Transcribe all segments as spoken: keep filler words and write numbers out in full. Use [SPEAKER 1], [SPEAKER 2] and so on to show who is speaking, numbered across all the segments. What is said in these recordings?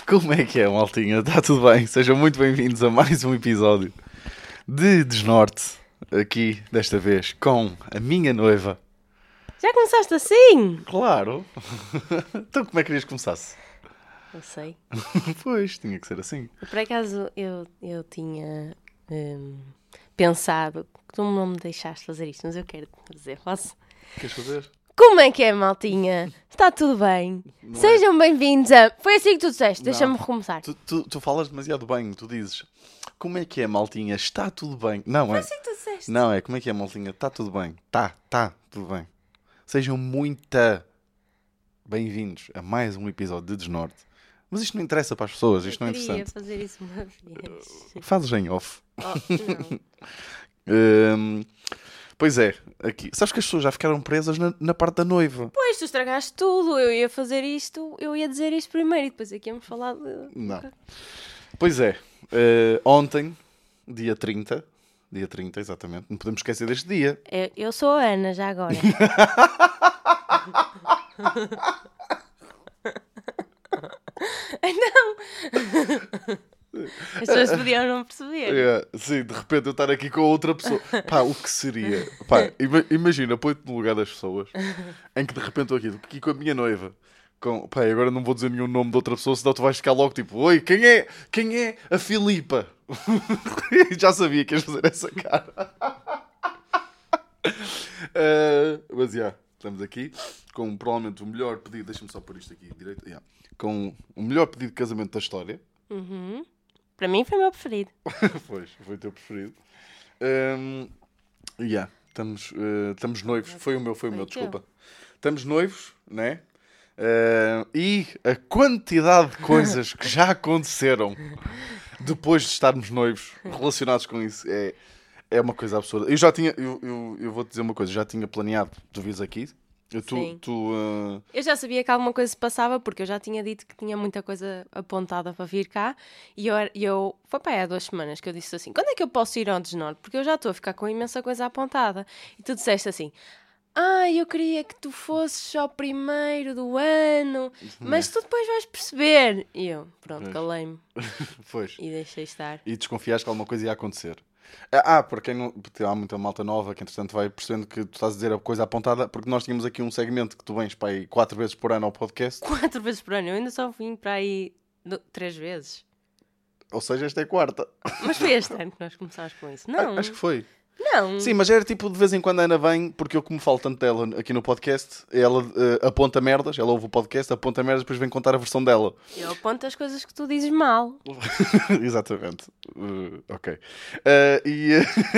[SPEAKER 1] Como é que é, maltinha? Está tudo bem? Sejam muito bem-vindos a mais um episódio de Desnorte, aqui, desta vez, com a minha noiva.
[SPEAKER 2] Já começaste assim?
[SPEAKER 1] Claro! Então como é que querias que começasse?
[SPEAKER 2] Eu sei.
[SPEAKER 1] Pois, tinha que ser assim.
[SPEAKER 2] Por acaso eu, eu tinha hum, pensado que tu não me deixaste fazer isto, mas eu quero dizer, posso?
[SPEAKER 1] Queres fazer?
[SPEAKER 2] Como é que é, maltinha? Está tudo bem?
[SPEAKER 1] Não
[SPEAKER 2] Sejam bem-vindos a... Foi assim que tu disseste, deixa-me
[SPEAKER 1] Não.
[SPEAKER 2] recomeçar.
[SPEAKER 1] Tu, tu, tu falas demasiado bem, tu dizes como é que é, maltinha? Está tudo bem? Não,
[SPEAKER 2] Foi
[SPEAKER 1] é.
[SPEAKER 2] assim que tu disseste.
[SPEAKER 1] Não, é como é que é, maltinha? Está tudo bem? Tá, tá, tudo bem. Sejam muito bem-vindos a mais um episódio de Desnorte. Mas isto não interessa para as pessoas, isto
[SPEAKER 2] eu
[SPEAKER 1] não é
[SPEAKER 2] queria
[SPEAKER 1] interessante.
[SPEAKER 2] fazer isso uma vez.
[SPEAKER 1] Fazes em off.
[SPEAKER 2] Oh, não.
[SPEAKER 1] Hum, pois é, aqui. Sabes que as pessoas já ficaram presas na, na parte da noiva?
[SPEAKER 2] Pois, tu estragaste tudo. Eu ia fazer isto, eu ia dizer isto primeiro e depois aqui íamos falar de...
[SPEAKER 1] Não. Pois é, eh, ontem, dia trinta, dia trinta, exatamente, não podemos esquecer deste dia.
[SPEAKER 2] Eu, eu sou a Ana, já agora. Não! As pessoas podiam não perceber.
[SPEAKER 1] É, sim, de repente eu estar aqui com outra pessoa. Pá, o que seria? Pá, ima- imagina, põe-te no lugar das pessoas em que de repente estou aqui, aqui com a minha noiva. Com, pá, agora não vou dizer nenhum nome de outra pessoa, senão tu vais ficar logo tipo: Oi, quem é, quem é a Filipa? Já sabia que ias fazer essa cara. Uh, mas já, estamos aqui com provavelmente o melhor pedido. Deixa-me só pôr isto aqui direito. Yeah. Com o melhor pedido de casamento da história.
[SPEAKER 2] Uhum. Para mim foi o meu preferido.
[SPEAKER 1] Pois, foi o teu preferido. Um, yeah, estamos, uh, estamos noivos. Foi o meu, foi o
[SPEAKER 2] Foi
[SPEAKER 1] meu,
[SPEAKER 2] o teu.
[SPEAKER 1] desculpa. Estamos noivos, né? Uh, e a quantidade de coisas que já aconteceram depois de estarmos noivos relacionados com isso é, é uma coisa absurda. Eu já tinha, eu, eu, eu vou-te dizer uma coisa, já tinha planeado tu vires aqui. Eu, tu,
[SPEAKER 2] Sim.
[SPEAKER 1] tu, uh,
[SPEAKER 2] Eu já sabia que alguma coisa se passava porque eu já tinha dito que tinha muita coisa apontada para vir cá e eu, eu foi para aí há duas semanas que eu disse assim, quando é que eu posso ir ao Desnorte? Porque eu já estou a ficar com imensa coisa apontada. E tu disseste assim, ah, eu queria que tu fosses ao primeiro do ano, mas tu depois vais perceber. E eu, pronto,
[SPEAKER 1] Pois.
[SPEAKER 2] calei-me
[SPEAKER 1] pois.
[SPEAKER 2] e deixei estar.
[SPEAKER 1] E desconfiaste que alguma coisa ia acontecer. Ah, para quem não. Porque há muita malta nova que, entretanto, vai percebendo que tu estás a dizer a coisa apontada, porque nós tínhamos aqui um segmento que tu vens para aí quatro vezes por ano ao podcast,
[SPEAKER 2] Quatro vezes por ano, eu ainda só vim para aí do- três vezes.
[SPEAKER 1] ou seja, esta é a quarta.
[SPEAKER 2] Mas foi este ano que nós começámos com isso. Não,
[SPEAKER 1] Ah, acho que foi.
[SPEAKER 2] não.
[SPEAKER 1] Sim, mas era tipo de vez em quando a Ana vem, porque eu, como falo tanto dela aqui no podcast, ela eh, aponta merdas, ela ouve o podcast, aponta merdas, depois vem contar a versão dela.
[SPEAKER 2] Eu aponto as coisas que tu dizes mal.
[SPEAKER 1] Exatamente. Uh, ok. Uh, e,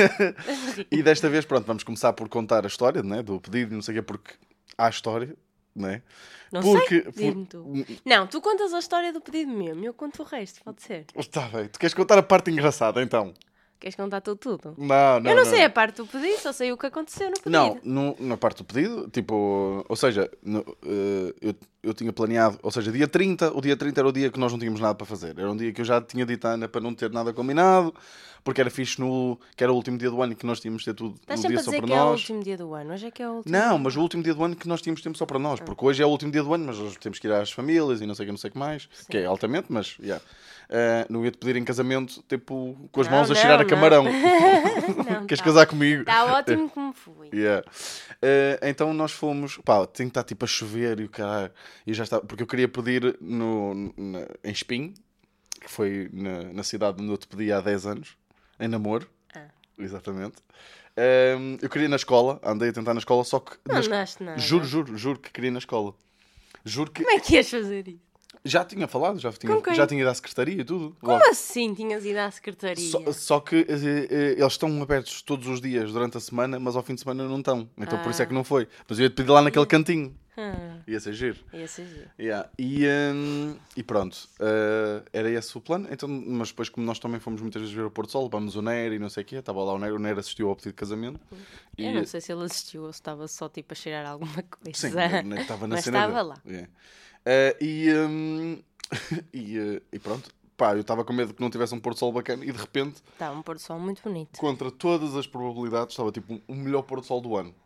[SPEAKER 1] e desta vez, pronto, vamos começar por contar a história, né, do pedido e não sei o quê, porque há história, né?
[SPEAKER 2] Não
[SPEAKER 1] Porque,
[SPEAKER 2] sei, diz-me tu. Não, tu contas a história do pedido mesmo, eu conto o resto, pode ser.
[SPEAKER 1] Está bem. Tu queres contar a parte engraçada, então?
[SPEAKER 2] Queres contar tudo tudo?
[SPEAKER 1] Não, não,
[SPEAKER 2] eu não, sei a parte do pedido, só sei o que aconteceu no pedido.
[SPEAKER 1] Não, no, na parte do pedido, tipo, ou seja, no, uh, eu, eu tinha planeado, ou seja, dia trinta, o dia trinta era o dia que nós não tínhamos nada para fazer. Era um dia que eu já tinha dito à Ana para não ter nada combinado, porque era fixe no, que era o último dia do ano e que nós tínhamos de ter tudo
[SPEAKER 2] Estás
[SPEAKER 1] no
[SPEAKER 2] sempre
[SPEAKER 1] dia
[SPEAKER 2] a
[SPEAKER 1] só
[SPEAKER 2] dizer
[SPEAKER 1] para
[SPEAKER 2] que é o
[SPEAKER 1] nós.
[SPEAKER 2] último dia do ano, hoje é que é o último.
[SPEAKER 1] Não, mas o último dia do ano que nós tínhamos tempo só para nós, porque hoje é o último dia do ano, mas hoje temos que ir às famílias e não sei o que, não sei o que mais, que é altamente, mas, yeah. Uh, não ia-te pedir em casamento, tipo, com as
[SPEAKER 2] Não,
[SPEAKER 1] mãos a
[SPEAKER 2] não,
[SPEAKER 1] cheirar a
[SPEAKER 2] não.
[SPEAKER 1] camarão.
[SPEAKER 2] Não,
[SPEAKER 1] Queres
[SPEAKER 2] tá.
[SPEAKER 1] casar comigo?
[SPEAKER 2] Está ótimo como fui.
[SPEAKER 1] Yeah. Uh, então nós fomos, pá, tem que estar tipo a chover e o caralho, e já está, porque eu queria pedir no, na- em Espinho, que foi na, na cidade onde eu te pedi há dez anos, em namoro,
[SPEAKER 2] Ah.
[SPEAKER 1] exatamente. Um, eu queria ir na escola, andei a tentar na escola, só que
[SPEAKER 2] Não
[SPEAKER 1] na es-
[SPEAKER 2] andaste nada.
[SPEAKER 1] juro, juro, juro que queria ir na escola. Juro que
[SPEAKER 2] Como é que ias fazer isso?
[SPEAKER 1] já tinha falado, já tinha,
[SPEAKER 2] Com quem?
[SPEAKER 1] já tinha ido à secretaria e tudo.
[SPEAKER 2] Como
[SPEAKER 1] logo.
[SPEAKER 2] assim tinhas ido à secretaria?
[SPEAKER 1] Só, só que eh, eh, eles estão abertos todos os dias durante a semana, mas ao fim de semana não estão. Então por isso é que não foi. Mas eu ia-te pedir lá naquele cantinho.
[SPEAKER 2] Ah,
[SPEAKER 1] Ia ser giro.
[SPEAKER 2] ia ser giro.
[SPEAKER 1] Yeah. E, hum, e pronto, uh, era esse o plano. Então, mas depois, como nós também fomos muitas vezes ver o Porto Sol, vamos o Nery e não sei o quê, estava lá o Nery, o Nery assistiu ao pedido de casamento.
[SPEAKER 2] Eu
[SPEAKER 1] E,
[SPEAKER 2] não sei se ele assistiu ou se estava só tipo a cheirar alguma coisa.
[SPEAKER 1] sim, o Nery estava na
[SPEAKER 2] Mas
[SPEAKER 1] cena
[SPEAKER 2] estava
[SPEAKER 1] dele.
[SPEAKER 2] lá.
[SPEAKER 1] Yeah. Uh, e, hum, e, uh, e pronto, pá, eu estava com medo que não tivesse um Porto Sol bacana e de repente,
[SPEAKER 2] Estava um pôr do sol muito bonito.
[SPEAKER 1] contra todas as probabilidades, estava tipo o melhor Porto Sol do ano.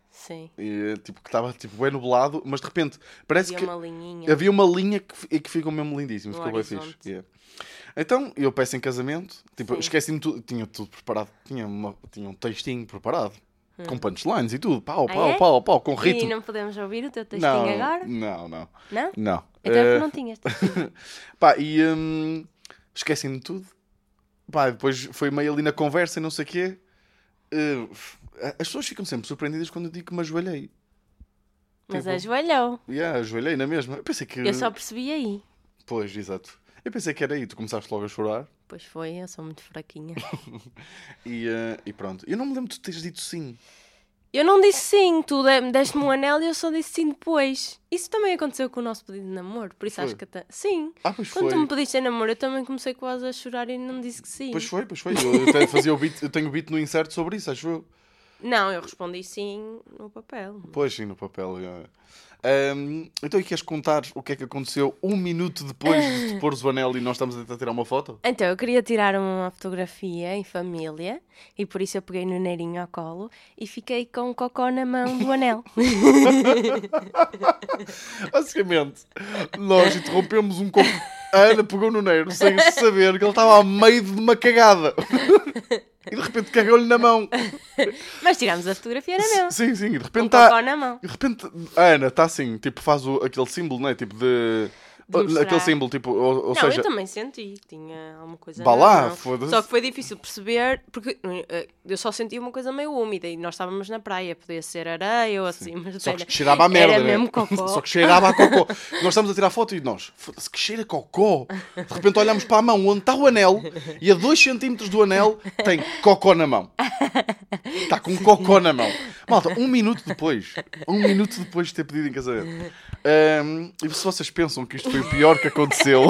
[SPEAKER 2] Sim.
[SPEAKER 1] E, tipo, que estava tipo, bem nublado, mas de repente parece
[SPEAKER 2] Havia
[SPEAKER 1] que
[SPEAKER 2] uma linhinha.
[SPEAKER 1] havia uma linha que, e que ficam mesmo lindíssimos.
[SPEAKER 2] No
[SPEAKER 1] Ficou bem
[SPEAKER 2] horizonte.
[SPEAKER 1] fixe. Yeah. Então, eu peço em casamento, tipo,
[SPEAKER 2] Sim.
[SPEAKER 1] esqueci-me tudo, tinha tudo preparado, tinha, uma, tinha um textinho preparado, com punchlines e tudo, pau,
[SPEAKER 2] Ah,
[SPEAKER 1] pau,
[SPEAKER 2] é?
[SPEAKER 1] pau, pau, com
[SPEAKER 2] E
[SPEAKER 1] ritmo.
[SPEAKER 2] não podemos ouvir o teu textinho
[SPEAKER 1] Não,
[SPEAKER 2] agora?
[SPEAKER 1] não, não.
[SPEAKER 2] Não?
[SPEAKER 1] Não.
[SPEAKER 2] Então é
[SPEAKER 1] Eh,
[SPEAKER 2] porque não tinhas textinho.
[SPEAKER 1] Pá, e hum, esqueci-me de tudo. Pá, depois foi meio ali na conversa e não sei o quê. Eh, as pessoas ficam sempre surpreendidas quando eu digo que me ajoelhei.
[SPEAKER 2] Mas
[SPEAKER 1] Tipo,
[SPEAKER 2] ajoelhou.
[SPEAKER 1] Yeah, ajoelhei na mesma. Eu pensei que...
[SPEAKER 2] Eu só percebi aí.
[SPEAKER 1] Pois, exato. Eu pensei que era aí. Tu começaste logo a chorar.
[SPEAKER 2] Pois foi, eu sou muito fraquinha.
[SPEAKER 1] E, eh, e pronto. Eu não me lembro de tu teres dito sim.
[SPEAKER 2] Eu não disse sim, tu de- deste-me um anel e eu só disse sim depois. Isso também aconteceu com o nosso pedido de namoro, por isso
[SPEAKER 1] Foi?
[SPEAKER 2] acho que até... Sim.
[SPEAKER 1] Ah, pois
[SPEAKER 2] Quando
[SPEAKER 1] foi.
[SPEAKER 2] tu me pediste em namoro, eu também comecei quase a chorar e não disse que sim.
[SPEAKER 1] Pois foi, pois foi. Eu até fazia o beat, eu tenho o beat no insert sobre isso, acho eu.
[SPEAKER 2] Não, eu respondi sim no papel.
[SPEAKER 1] Pois sim, no papel. Yeah. Ahm, então, e queres contar o que é que aconteceu um minuto depois de te pôres o anel e nós estamos a tentar tirar uma foto?
[SPEAKER 2] Então, eu queria tirar uma fotografia em família e por isso eu peguei no neirinho ao colo e fiquei com o cocó na mão do anel.
[SPEAKER 1] Basicamente, nós interrompemos um coco. A Ana pegou no Neiro sem saber que ele estava a meio de uma cagada. E de repente cagou-lhe na mão.
[SPEAKER 2] Mas tirámos a fotografia na mesma.
[SPEAKER 1] Sim, sim. E de
[SPEAKER 2] Com
[SPEAKER 1] repente
[SPEAKER 2] o
[SPEAKER 1] está.
[SPEAKER 2] cocó na mão.
[SPEAKER 1] De repente a Ana está assim, tipo, faz o, aquele símbolo, não é? Tipo de.
[SPEAKER 2] De mostrar.
[SPEAKER 1] Aquele símbolo, tipo, ou, ou
[SPEAKER 2] Não,
[SPEAKER 1] seja.
[SPEAKER 2] eu também senti que tinha alguma coisa
[SPEAKER 1] Vá
[SPEAKER 2] na
[SPEAKER 1] lá,
[SPEAKER 2] mão.
[SPEAKER 1] foda-se.
[SPEAKER 2] Só que foi difícil perceber, porque eh, eu só senti uma coisa meio úmida e nós estávamos na praia, podia ser areia ou assim, mas
[SPEAKER 1] Só
[SPEAKER 2] era,
[SPEAKER 1] que cheirava a merda,
[SPEAKER 2] era
[SPEAKER 1] né?
[SPEAKER 2] mesmo cocó.
[SPEAKER 1] Só que cheirava a cocó. Nós estamos a tirar foto e nós, foda-se, que cheira a cocó. De repente olhamos para a mão onde está o anel e a dois centímetros do anel tem cocó na mão. Está com cocó na mão. Malta, um minuto depois, um minuto depois de ter pedido em casamento. Ahm, e se vocês pensam que isto foi o pior que aconteceu,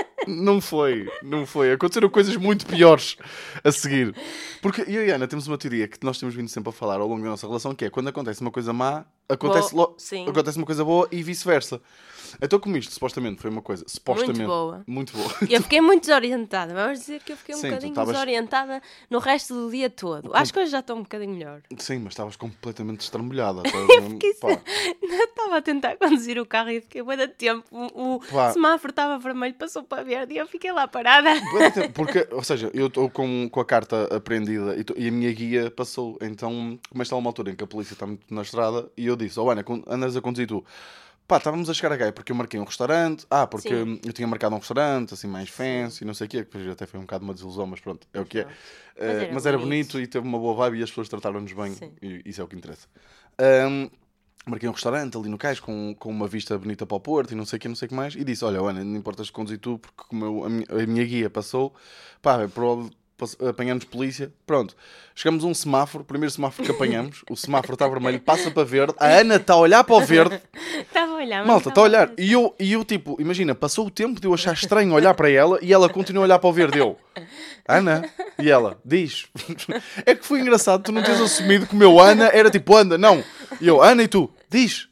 [SPEAKER 1] não foi, não foi. Aconteceram coisas muito piores a seguir. Porque eu e a Ana temos uma teoria que nós temos vindo sempre a falar ao longo da nossa relação, que é quando acontece uma coisa má, acontece,
[SPEAKER 2] Boa,
[SPEAKER 1] lo-
[SPEAKER 2] sim.
[SPEAKER 1] acontece uma coisa boa e vice-versa. Então, como isto supostamente foi uma coisa supostamente
[SPEAKER 2] Muito boa.
[SPEAKER 1] muito boa.
[SPEAKER 2] Eu fiquei muito desorientada. Vamos dizer que eu fiquei um
[SPEAKER 1] Sim, tu
[SPEAKER 2] bocadinho
[SPEAKER 1] estavas-
[SPEAKER 2] desorientada no resto do dia todo. Acho que hoje já estou um bocadinho melhor.
[SPEAKER 1] Sim, mas estavas completamente estrambulhada. Estavas mesmo-
[SPEAKER 2] Fiquei
[SPEAKER 1] pá.
[SPEAKER 2] Eu estava a tentar conduzir o carro e fiquei bué de tempo. O, o
[SPEAKER 1] Pá.
[SPEAKER 2] semáforo estava vermelho, passou para verde e eu fiquei lá parada.
[SPEAKER 1] Bué de tempo, porque, ou seja, eu estou com, com a carta apreendida e, tô- e a minha guia passou. Então, começa a uma altura em que a polícia está muito na estrada e eu disse, oh Ana, con- andas a conduzir tu. Pá, estávamos a chegar a Gaia porque eu marquei um restaurante. Ah, porque
[SPEAKER 2] Sim.
[SPEAKER 1] eu tinha marcado um restaurante, assim, mais fancy, não sei o quê. Que depois até foi um bocado uma desilusão, mas pronto, é o que é.
[SPEAKER 2] Não.
[SPEAKER 1] Eh,
[SPEAKER 2] Mas era
[SPEAKER 1] mas era
[SPEAKER 2] bonito.
[SPEAKER 1] bonito e teve uma boa vibe e as pessoas trataram-nos bem.
[SPEAKER 2] Sim.
[SPEAKER 1] E isso é o que interessa. Ahm, marquei um restaurante ali no Cais com, com uma vista bonita para o Porto e não sei o que, não sei o que mais. E disse, olha, Ana, não importas conduzir tu, porque como eu- a, minha, a minha guia passou, pá, é provável pass- apanhamos polícia. Pronto, chegamos a um semáforo, o primeiro semáforo que apanhamos, o semáforo está vermelho, passa para verde, a Ana está a olhar para o verde,
[SPEAKER 2] Estava a olhar, mas
[SPEAKER 1] malta, está a
[SPEAKER 2] estava
[SPEAKER 1] olhar. E eu, e eu, tipo, imagina, passou o tempo de eu achar estranho olhar para ela e ela continua a olhar para o verde. Eu, Ana? E ela, diz. É que foi engraçado tu não teres assumido que o meu Ana era tipo anda, não. E eu, Ana, e tu? Diz.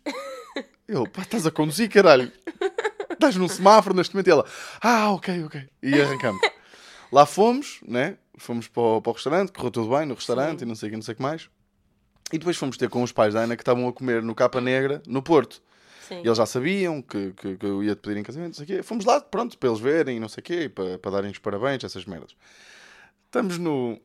[SPEAKER 1] Eu, pá, estás a conduzir, caralho. Estás num semáforo neste momento. E ela, ah, ok, ok. E arrancamos. Lá fomos, né? Fomos para o, para o restaurante, correu tudo bem no restaurante
[SPEAKER 2] Sim.
[SPEAKER 1] e não sei o que, não sei o que mais. E depois fomos ter com os pais da Ana que estavam a comer no Capa Negra, no Porto.
[SPEAKER 2] Sim.
[SPEAKER 1] E eles já sabiam que, que, que eu ia te pedir em casamento, não sei o quê. Fomos lá, pronto, para eles verem, não sei o quê, para, para darem os parabéns, essas merdas. Estamos no...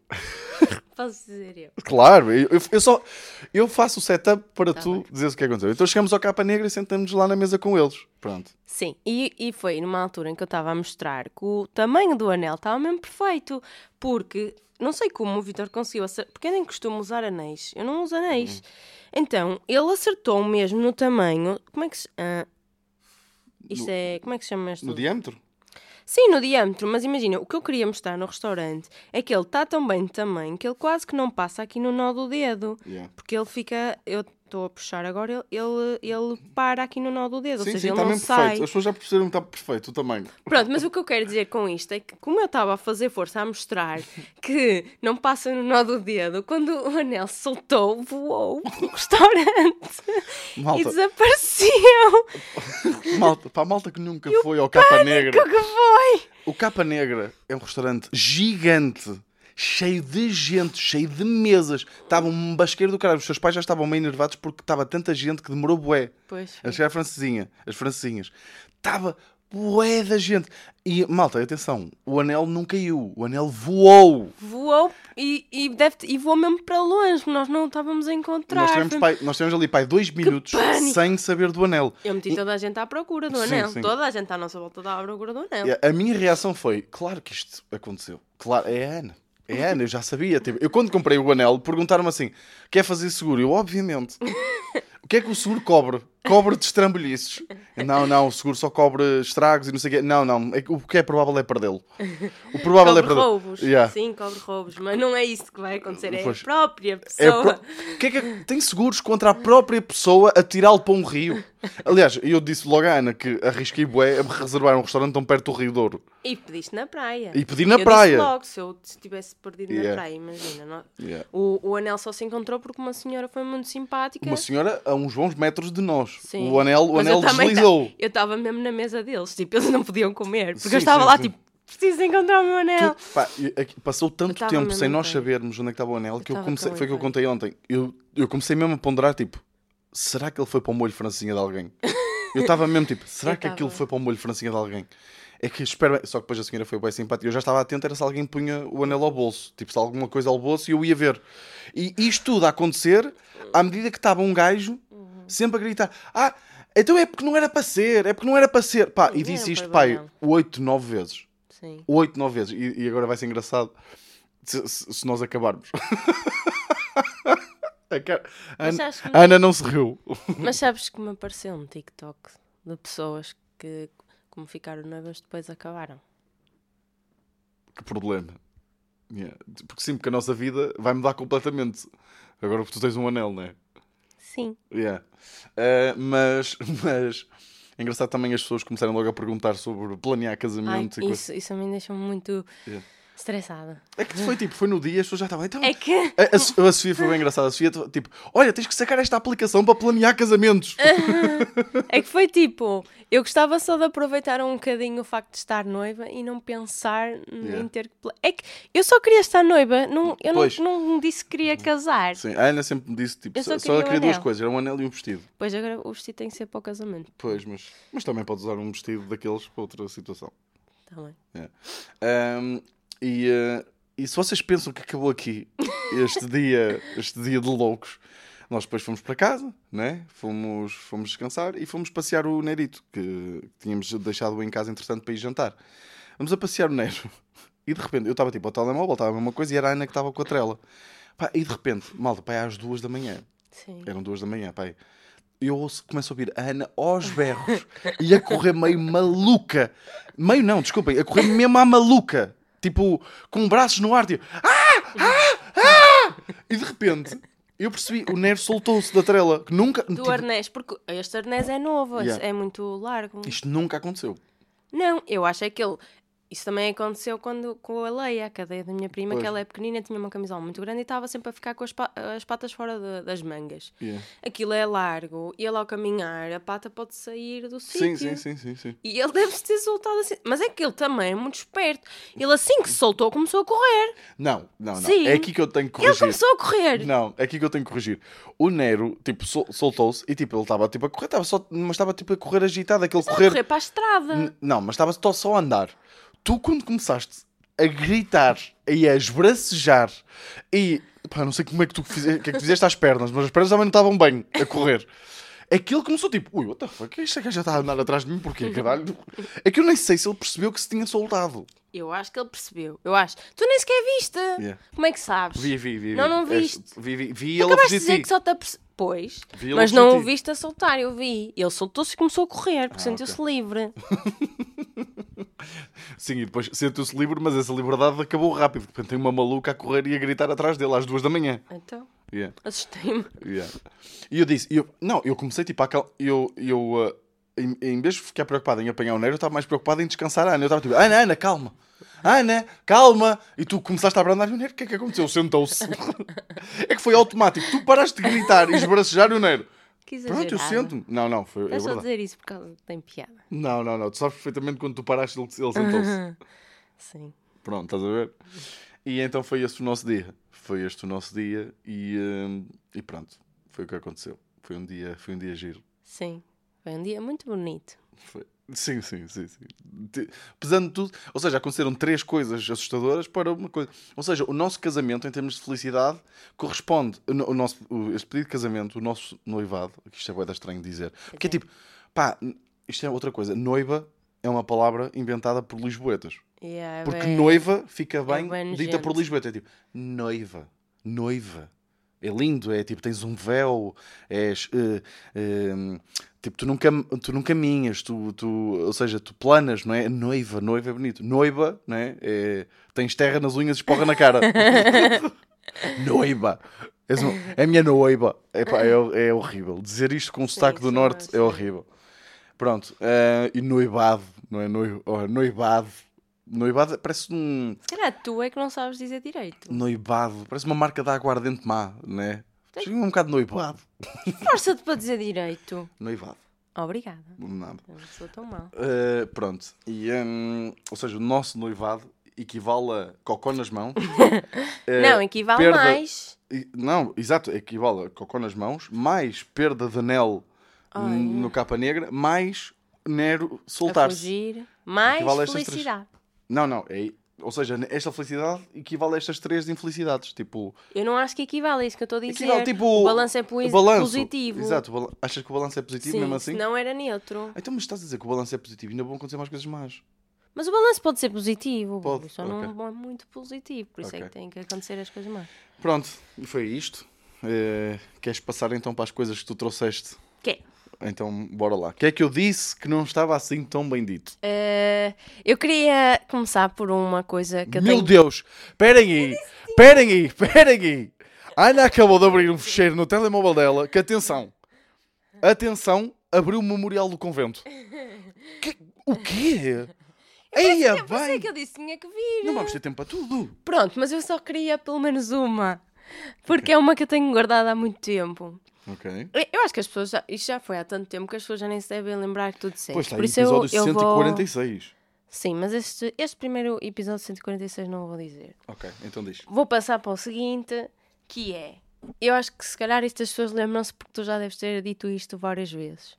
[SPEAKER 2] Posso dizer eu.
[SPEAKER 1] Claro, eu, eu- eu só... Eu faço o setup para
[SPEAKER 2] Tá
[SPEAKER 1] tu
[SPEAKER 2] bem.
[SPEAKER 1] dizeres o que aconteceu. Então chegamos ao Capa Negra e sentamos lá na mesa com eles. Pronto.
[SPEAKER 2] Sim, e, e foi numa altura em que eu estava a mostrar que o tamanho do anel estava mesmo perfeito. Porque, não sei como o Vitor conseguiu acertar, porque eu nem costumo usar anéis. Eu não uso anéis.
[SPEAKER 1] Uhum.
[SPEAKER 2] Então, ele acertou mesmo no tamanho. Como é que se. Ah, isto
[SPEAKER 1] No-
[SPEAKER 2] é. Como é que se chama isto?
[SPEAKER 1] No diâmetro?
[SPEAKER 2] Sim, no diâmetro, mas imagina, o que eu queria mostrar no restaurante é que ele está tão bem de tamanho que ele quase que não passa aqui no nó do dedo.
[SPEAKER 1] Yeah.
[SPEAKER 2] Porque ele fica. Eu estou a puxar agora, ele, ele, ele para aqui no nó do dedo.
[SPEAKER 1] Sim,
[SPEAKER 2] ou seja,
[SPEAKER 1] sim,
[SPEAKER 2] ele
[SPEAKER 1] está
[SPEAKER 2] não
[SPEAKER 1] mesmo
[SPEAKER 2] sai.
[SPEAKER 1] perfeito. As pessoas já perceberam que está perfeito o tamanho.
[SPEAKER 2] Pronto, mas o que eu quero dizer com isto é que, como eu estava a fazer força a mostrar que não passa no nó do dedo, quando o anel soltou, voou no restaurante e
[SPEAKER 1] Malta,
[SPEAKER 2] desapareceu.
[SPEAKER 1] malta, para a malta que nunca foi ao Capa Negra.
[SPEAKER 2] O que foi?
[SPEAKER 1] O Capa Negra é um restaurante gigante, cheio de gente, cheio de mesas. Estava um basqueiro do caralho. Os seus pais já estavam meio enervados porque estava tanta gente que demorou bué.
[SPEAKER 2] Pois.
[SPEAKER 1] A chegar a francesinha, as francesinhas. Estava bué da gente. E, malta, atenção, o anel não caiu. O anel voou.
[SPEAKER 2] Voou e, e, deve, e voou mesmo para longe. Nós não estávamos a encontrar.
[SPEAKER 1] Nós tivemos, pai, nós tivemos ali, pai, dois minutos
[SPEAKER 2] pânico.
[SPEAKER 1] sem saber do anel.
[SPEAKER 2] Eu meti
[SPEAKER 1] E-
[SPEAKER 2] toda a gente à procura do
[SPEAKER 1] Sim,
[SPEAKER 2] anel.
[SPEAKER 1] sim.
[SPEAKER 2] Toda a gente à nossa volta estava à procura do anel.
[SPEAKER 1] A minha reação foi, claro que isto aconteceu. Claro, é a Ana. É a Ana, eu já sabia. Tipo, eu quando comprei o anel, perguntaram-me assim, quer fazer seguro? Eu, obviamente. O que é que o seguro cobre? Cobre de estrambolhices. Eu, Não, não, o seguro só cobre estragos e não sei o quê. Não, não, é que o que é provável é perdê-lo. O provável é
[SPEAKER 2] Cobre
[SPEAKER 1] perdê-lo.
[SPEAKER 2] roubos.
[SPEAKER 1] Yeah.
[SPEAKER 2] Sim, cobre roubos. Mas não é isso que vai acontecer. É
[SPEAKER 1] Pois.
[SPEAKER 2] a própria
[SPEAKER 1] É
[SPEAKER 2] pessoa.
[SPEAKER 1] pro- O que é que é- tem seguros contra a própria pessoa a tirá-lo para um rio? Aliás, eu disse logo à Ana que arrisquei bué a me reservar um restaurante tão perto do Rio Douro.
[SPEAKER 2] E pediste na praia.
[SPEAKER 1] E pedi na
[SPEAKER 2] eu
[SPEAKER 1] praia.
[SPEAKER 2] Disse logo, se eu tivesse perdido
[SPEAKER 1] Yeah.
[SPEAKER 2] na praia, imagina. Não?
[SPEAKER 1] Yeah.
[SPEAKER 2] O, o anel só se encontrou porque uma senhora foi muito simpática.
[SPEAKER 1] Uma senhora a uns bons metros de nós.
[SPEAKER 2] Sim.
[SPEAKER 1] O anel, o
[SPEAKER 2] Mas
[SPEAKER 1] anel
[SPEAKER 2] eu também
[SPEAKER 1] deslizou.
[SPEAKER 2] ta- Eu estava mesmo na mesa deles, tipo, eles não podiam comer. Porque
[SPEAKER 1] Sim,
[SPEAKER 2] eu estava
[SPEAKER 1] sim,
[SPEAKER 2] lá,
[SPEAKER 1] sim.
[SPEAKER 2] tipo, preciso encontrar o meu anel.
[SPEAKER 1] Tu- pá, e aqui- passou tanto
[SPEAKER 2] estava
[SPEAKER 1] tempo
[SPEAKER 2] mesmo
[SPEAKER 1] sem
[SPEAKER 2] em
[SPEAKER 1] nós
[SPEAKER 2] pânico.
[SPEAKER 1] sabermos onde é que estava o anel que eu
[SPEAKER 2] estava
[SPEAKER 1] comecei,
[SPEAKER 2] tão
[SPEAKER 1] foi o que eu
[SPEAKER 2] em
[SPEAKER 1] contei ontem. Eu, eu comecei mesmo a ponderar, tipo, será que ele foi para o molho francinha de alguém? Eu estava mesmo tipo, será
[SPEAKER 2] Eu
[SPEAKER 1] que aquilo
[SPEAKER 2] estava.
[SPEAKER 1] foi para o molho francinha de alguém? É que espero bem. Só que depois a senhora foi bem simpática. Eu já estava atento, era se alguém punha o anel ao bolso. Tipo, se alguma coisa ao bolso e eu ia ver. E isto tudo a acontecer à medida que estava um gajo sempre a gritar: Ah, então é porque não era para ser, é porque não era para ser. Pá, e
[SPEAKER 2] Sim,
[SPEAKER 1] disse
[SPEAKER 2] era
[SPEAKER 1] isto,
[SPEAKER 2] para
[SPEAKER 1] pai,
[SPEAKER 2] não.
[SPEAKER 1] oito, nove vezes.
[SPEAKER 2] Sim.
[SPEAKER 1] Oito, nove vezes. E, e agora vai ser engraçado se, se- se nós acabarmos. A cara- a
[SPEAKER 2] Mas
[SPEAKER 1] Ana,
[SPEAKER 2] acho que
[SPEAKER 1] a Ana não se riu.
[SPEAKER 2] Mas sabes que me apareceu um TikTok de pessoas que, como ficaram noivas, depois acabaram.
[SPEAKER 1] Que problema. Yeah. Porque sim, porque a nossa vida vai mudar completamente. Agora porque tu tens um anel, não é?
[SPEAKER 2] Sim.
[SPEAKER 1] Yeah. Uh, mas, mas é engraçado também as pessoas começarem logo a perguntar sobre planear
[SPEAKER 2] Ai,
[SPEAKER 1] casamento e coisas.
[SPEAKER 2] isso, isso a mim deixa-me muito
[SPEAKER 1] Yeah.
[SPEAKER 2] estressada.
[SPEAKER 1] É que foi tipo, foi no dia, as pessoas já estavam. Então,
[SPEAKER 2] É que
[SPEAKER 1] a, a, So- a Sofia foi bem engraçada. A Sofia, tipo, olha, tens que sacar esta aplicação para planear casamentos.
[SPEAKER 2] É que foi tipo, eu gostava só de aproveitar um bocadinho o facto de estar noiva e não pensar
[SPEAKER 1] Yeah.
[SPEAKER 2] em ter que. pla- É que eu só queria estar noiva, não, eu não,
[SPEAKER 1] Pois.
[SPEAKER 2] não disse que queria casar.
[SPEAKER 1] Sim, a Ana sempre me disse, tipo,
[SPEAKER 2] Eu
[SPEAKER 1] só,
[SPEAKER 2] só
[SPEAKER 1] só
[SPEAKER 2] queria
[SPEAKER 1] ela
[SPEAKER 2] o
[SPEAKER 1] queria duas
[SPEAKER 2] anel.
[SPEAKER 1] coisas, era um anel e um vestido.
[SPEAKER 2] Pois agora o vestido tem que ser para o casamento.
[SPEAKER 1] Pois, mas, mas também podes usar um vestido daqueles para outra situação.
[SPEAKER 2] Também.
[SPEAKER 1] Um, e, uh, e se vocês pensam que acabou aqui este dia, este dia de loucos, nós depois fomos para casa, né? fomos, fomos descansar e fomos passear o Neirito, que tínhamos deixado em casa, entretanto, para ir jantar. Vamos a passear o Neiro. E de repente, eu estava tipo ao telemóvel, estava a mesma coisa, e era a Ana que estava com a trela. Pá, e de repente, malta, pá, é às duas da manhã.
[SPEAKER 2] Sim.
[SPEAKER 1] Eram duas da manhã, pai. Eu ouço, começo a ouvir a Ana aos berros e a correr meio maluca. Meio não, desculpem, a correr mesmo à maluca. Tipo, com braços no ar, tipo... Ah! Ah! Ah! E de repente, eu percebi, o Nero soltou-se da trela. Que nunca...
[SPEAKER 2] Do
[SPEAKER 1] tipo,
[SPEAKER 2] arnés, porque este arnés é novo,
[SPEAKER 1] Yeah.
[SPEAKER 2] é muito largo.
[SPEAKER 1] isto nunca aconteceu.
[SPEAKER 2] Não, eu acho é que ele. Isso também aconteceu quando, com a Leia, a cadeia da minha prima,
[SPEAKER 1] Pois.
[SPEAKER 2] que ela é pequenina, tinha uma camisola muito grande e estava sempre a ficar com as, pa- as patas fora de- das mangas.
[SPEAKER 1] Yeah.
[SPEAKER 2] Aquilo é largo e ele ao caminhar, a pata pode sair do
[SPEAKER 1] Sim,
[SPEAKER 2] sítio.
[SPEAKER 1] sim, sim, sim, sim.
[SPEAKER 2] E ele deve-se ter soltado assim. Mas é que ele também é muito esperto. Ele assim que se soltou começou a correr.
[SPEAKER 1] Não, não, não.
[SPEAKER 2] Sim.
[SPEAKER 1] É aqui que eu tenho que
[SPEAKER 2] Ele
[SPEAKER 1] corrigir.
[SPEAKER 2] começou a correr.
[SPEAKER 1] Não, é aqui que eu tenho que corrigir. O Nero, tipo, sol- soltou-se e tipo, ele estava tipo a correr, estava só, mas estava tipo a correr agitado, aquele
[SPEAKER 2] Estava a
[SPEAKER 1] correr.
[SPEAKER 2] correr para a estrada.
[SPEAKER 1] N- Não, mas estava só, só a andar. Tu, quando começaste a gritar e a esbracejar e pá, não sei como é que tu fizeste, que é que tu fizeste às pernas, mas as pernas também não estavam bem a correr. Aquilo começou tipo, ui, what the fuck, esta gaja está a andar atrás de mim, porquê, caralho? É que eu nem sei se ele percebeu que se tinha soltado.
[SPEAKER 2] Eu acho que ele percebeu. Eu acho. Tu nem sequer viste.
[SPEAKER 1] Yeah.
[SPEAKER 2] Como é que sabes?
[SPEAKER 1] Vi, vi, vi.
[SPEAKER 2] Não,
[SPEAKER 1] vi.
[SPEAKER 2] não viste.
[SPEAKER 1] É, vi, vi, vi
[SPEAKER 2] Tu
[SPEAKER 1] ele a
[SPEAKER 2] acabaste
[SPEAKER 1] fugir
[SPEAKER 2] de dizer
[SPEAKER 1] de
[SPEAKER 2] que
[SPEAKER 1] ti.
[SPEAKER 2] só te aperce... Pois,
[SPEAKER 1] Vi ele
[SPEAKER 2] mas
[SPEAKER 1] a
[SPEAKER 2] não
[SPEAKER 1] fugir
[SPEAKER 2] o
[SPEAKER 1] de ti.
[SPEAKER 2] viste a soltar, eu vi. Ele soltou-se e começou a correr, porque
[SPEAKER 1] Ah,
[SPEAKER 2] sentiu-se
[SPEAKER 1] ok.
[SPEAKER 2] livre.
[SPEAKER 1] Sim, e depois sentiu-se livre, mas essa liberdade acabou rápido. De repente tem uma maluca a correr e a gritar atrás dele às duas da manhã.
[SPEAKER 2] Então,
[SPEAKER 1] Yeah.
[SPEAKER 2] assustei-me.
[SPEAKER 1] Yeah. E eu disse, eu, não, eu comecei tipo a cal... eu, eu uh, em, em vez de ficar preocupado em apanhar o Nero, eu estava mais preocupado em descansar a Ana. Eu estava tipo, Ana, Ana, calma. Ana, calma. E tu começaste a abrandar e o Nero, o que é que aconteceu? Sentou-se. É que foi automático. Tu paraste de gritar e esbracejar o Nero.
[SPEAKER 2] Que
[SPEAKER 1] Pronto, eu
[SPEAKER 2] exagerada.
[SPEAKER 1] sento-me. Não, não, foi, é
[SPEAKER 2] Estás só a
[SPEAKER 1] verdade.
[SPEAKER 2] dizer isso porque ela tem piada.
[SPEAKER 1] Não, não, não. Tu sabes perfeitamente quando tu paraste, ele, ele sentou-se.
[SPEAKER 2] Sim.
[SPEAKER 1] Pronto, estás a ver? E então foi este o nosso dia. Foi este o nosso dia e, hum, e pronto. Foi o que aconteceu. Foi um dia, foi um dia giro.
[SPEAKER 2] Sim, foi um dia muito bonito.
[SPEAKER 1] Foi. Sim, sim, sim, sim. Te- Pesando de tudo, ou seja, aconteceram três coisas assustadoras para uma coisa. Ou seja, o nosso casamento, em termos de felicidade, corresponde. O, no- o nosso, o- este pedido de casamento, o nosso noivado, que isto é bué da estranho dizer, porque é tipo, pá, isto é outra coisa. Noiva é uma palavra inventada por lisboetas.
[SPEAKER 2] Yeah,
[SPEAKER 1] Porque
[SPEAKER 2] bem,
[SPEAKER 1] noiva fica bem
[SPEAKER 2] bem
[SPEAKER 1] dita por
[SPEAKER 2] nojento.
[SPEAKER 1] lisboeta. É tipo, noiva, noiva. É lindo, é tipo, tens um véu, és. eh, eh, tipo, tu nunca, tu não caminhas, tu, tu, ou seja, tu planas, não é? Noiva, noiva é bonito. Noiva, não é? É, tens terra nas unhas e esporra na cara. Noiva. És um- é a minha noiva. Epá, é, é horrível. Dizer isto com o sotaque do
[SPEAKER 2] só-
[SPEAKER 1] norte é
[SPEAKER 2] sim.
[SPEAKER 1] horrível. Pronto. eh, e noivado, não é? Noi, oh, noivado. Noivado parece um.
[SPEAKER 2] Se calhar tu é que não sabes dizer direito.
[SPEAKER 1] Noivado. Parece uma marca de aguardente má, não é? Chega um bocado de noivado.
[SPEAKER 2] Força-te para dizer direito.
[SPEAKER 1] Noivado.
[SPEAKER 2] Obrigada.
[SPEAKER 1] Nada.
[SPEAKER 2] Eu não sou tão mal.
[SPEAKER 1] Uh, pronto. E, hum, ou seja, o nosso noivado equivale a cocó nas mãos. eh,
[SPEAKER 2] Não, equivale
[SPEAKER 1] perda-
[SPEAKER 2] mais.
[SPEAKER 1] e- Não, exato, equivale a cocó nas mãos, mais perda de anel
[SPEAKER 2] Ai,
[SPEAKER 1] n-
[SPEAKER 2] é.
[SPEAKER 1] no capa negra, mais Nero
[SPEAKER 2] A
[SPEAKER 1] soltar-se.
[SPEAKER 2] fugir. Mais
[SPEAKER 1] Equivale a estas três.
[SPEAKER 2] felicidade.
[SPEAKER 1] Não, não. É, ou seja, esta felicidade equivale a estas três infelicidades. Tipo,
[SPEAKER 2] Eu não acho que equivale a isso que eu estou a dizer.
[SPEAKER 1] equivale tipo.
[SPEAKER 2] O balanço é posi-
[SPEAKER 1] o balanço.
[SPEAKER 2] positivo.
[SPEAKER 1] Exato. o bala- Achas que o balanço é positivo
[SPEAKER 2] Sim,
[SPEAKER 1] mesmo assim?
[SPEAKER 2] senão era neutro.
[SPEAKER 1] Então, mas estás a dizer que o balanço é positivo e ainda vão acontecer mais coisas más.
[SPEAKER 2] Mas o balanço pode ser positivo.
[SPEAKER 1] Pode,
[SPEAKER 2] Só
[SPEAKER 1] ok.
[SPEAKER 2] não é muito positivo. Por isso é
[SPEAKER 1] Ok.
[SPEAKER 2] que tem que acontecer as coisas más.
[SPEAKER 1] Pronto, e foi isto. Eh, queres passar então para as coisas que tu trouxeste?
[SPEAKER 2] Que
[SPEAKER 1] Então, bora lá. O que é que eu disse que não estava assim tão bem dito?
[SPEAKER 2] é? Eu queria começar por uma coisa que eu
[SPEAKER 1] Meu
[SPEAKER 2] tenho...
[SPEAKER 1] Deus! Esperem aí! Esperem aí! Esperem aí! A Ana acabou de abrir um fecheiro no telemóvel dela que, atenção! Atenção! Abriu o memorial do convento. Que- O quê? Eia,
[SPEAKER 2] Eu pensei
[SPEAKER 1] bem!
[SPEAKER 2] que eu disse que tinha que vir.
[SPEAKER 1] Não vamos ter tempo para tudo.
[SPEAKER 2] Pronto, mas eu só queria pelo menos uma. Porque é uma que eu tenho guardada há muito tempo.
[SPEAKER 1] Ok.
[SPEAKER 2] Eu- Eu acho que as pessoas já... Isto já foi há tanto tempo que as pessoas já nem se devem lembrar que tu disseste.
[SPEAKER 1] Pois está,
[SPEAKER 2] Por
[SPEAKER 1] aí,
[SPEAKER 2] isso eu,
[SPEAKER 1] episódio
[SPEAKER 2] eu
[SPEAKER 1] cento e quarenta e
[SPEAKER 2] vou...
[SPEAKER 1] seis.
[SPEAKER 2] Sim, mas este, este primeiro episódio cento e quarenta e seis não vou dizer.
[SPEAKER 1] Ok, então diz.
[SPEAKER 2] Vou passar para o seguinte, que é... Eu acho que se calhar estas pessoas lembram-se porque tu já deves ter dito isto várias vezes.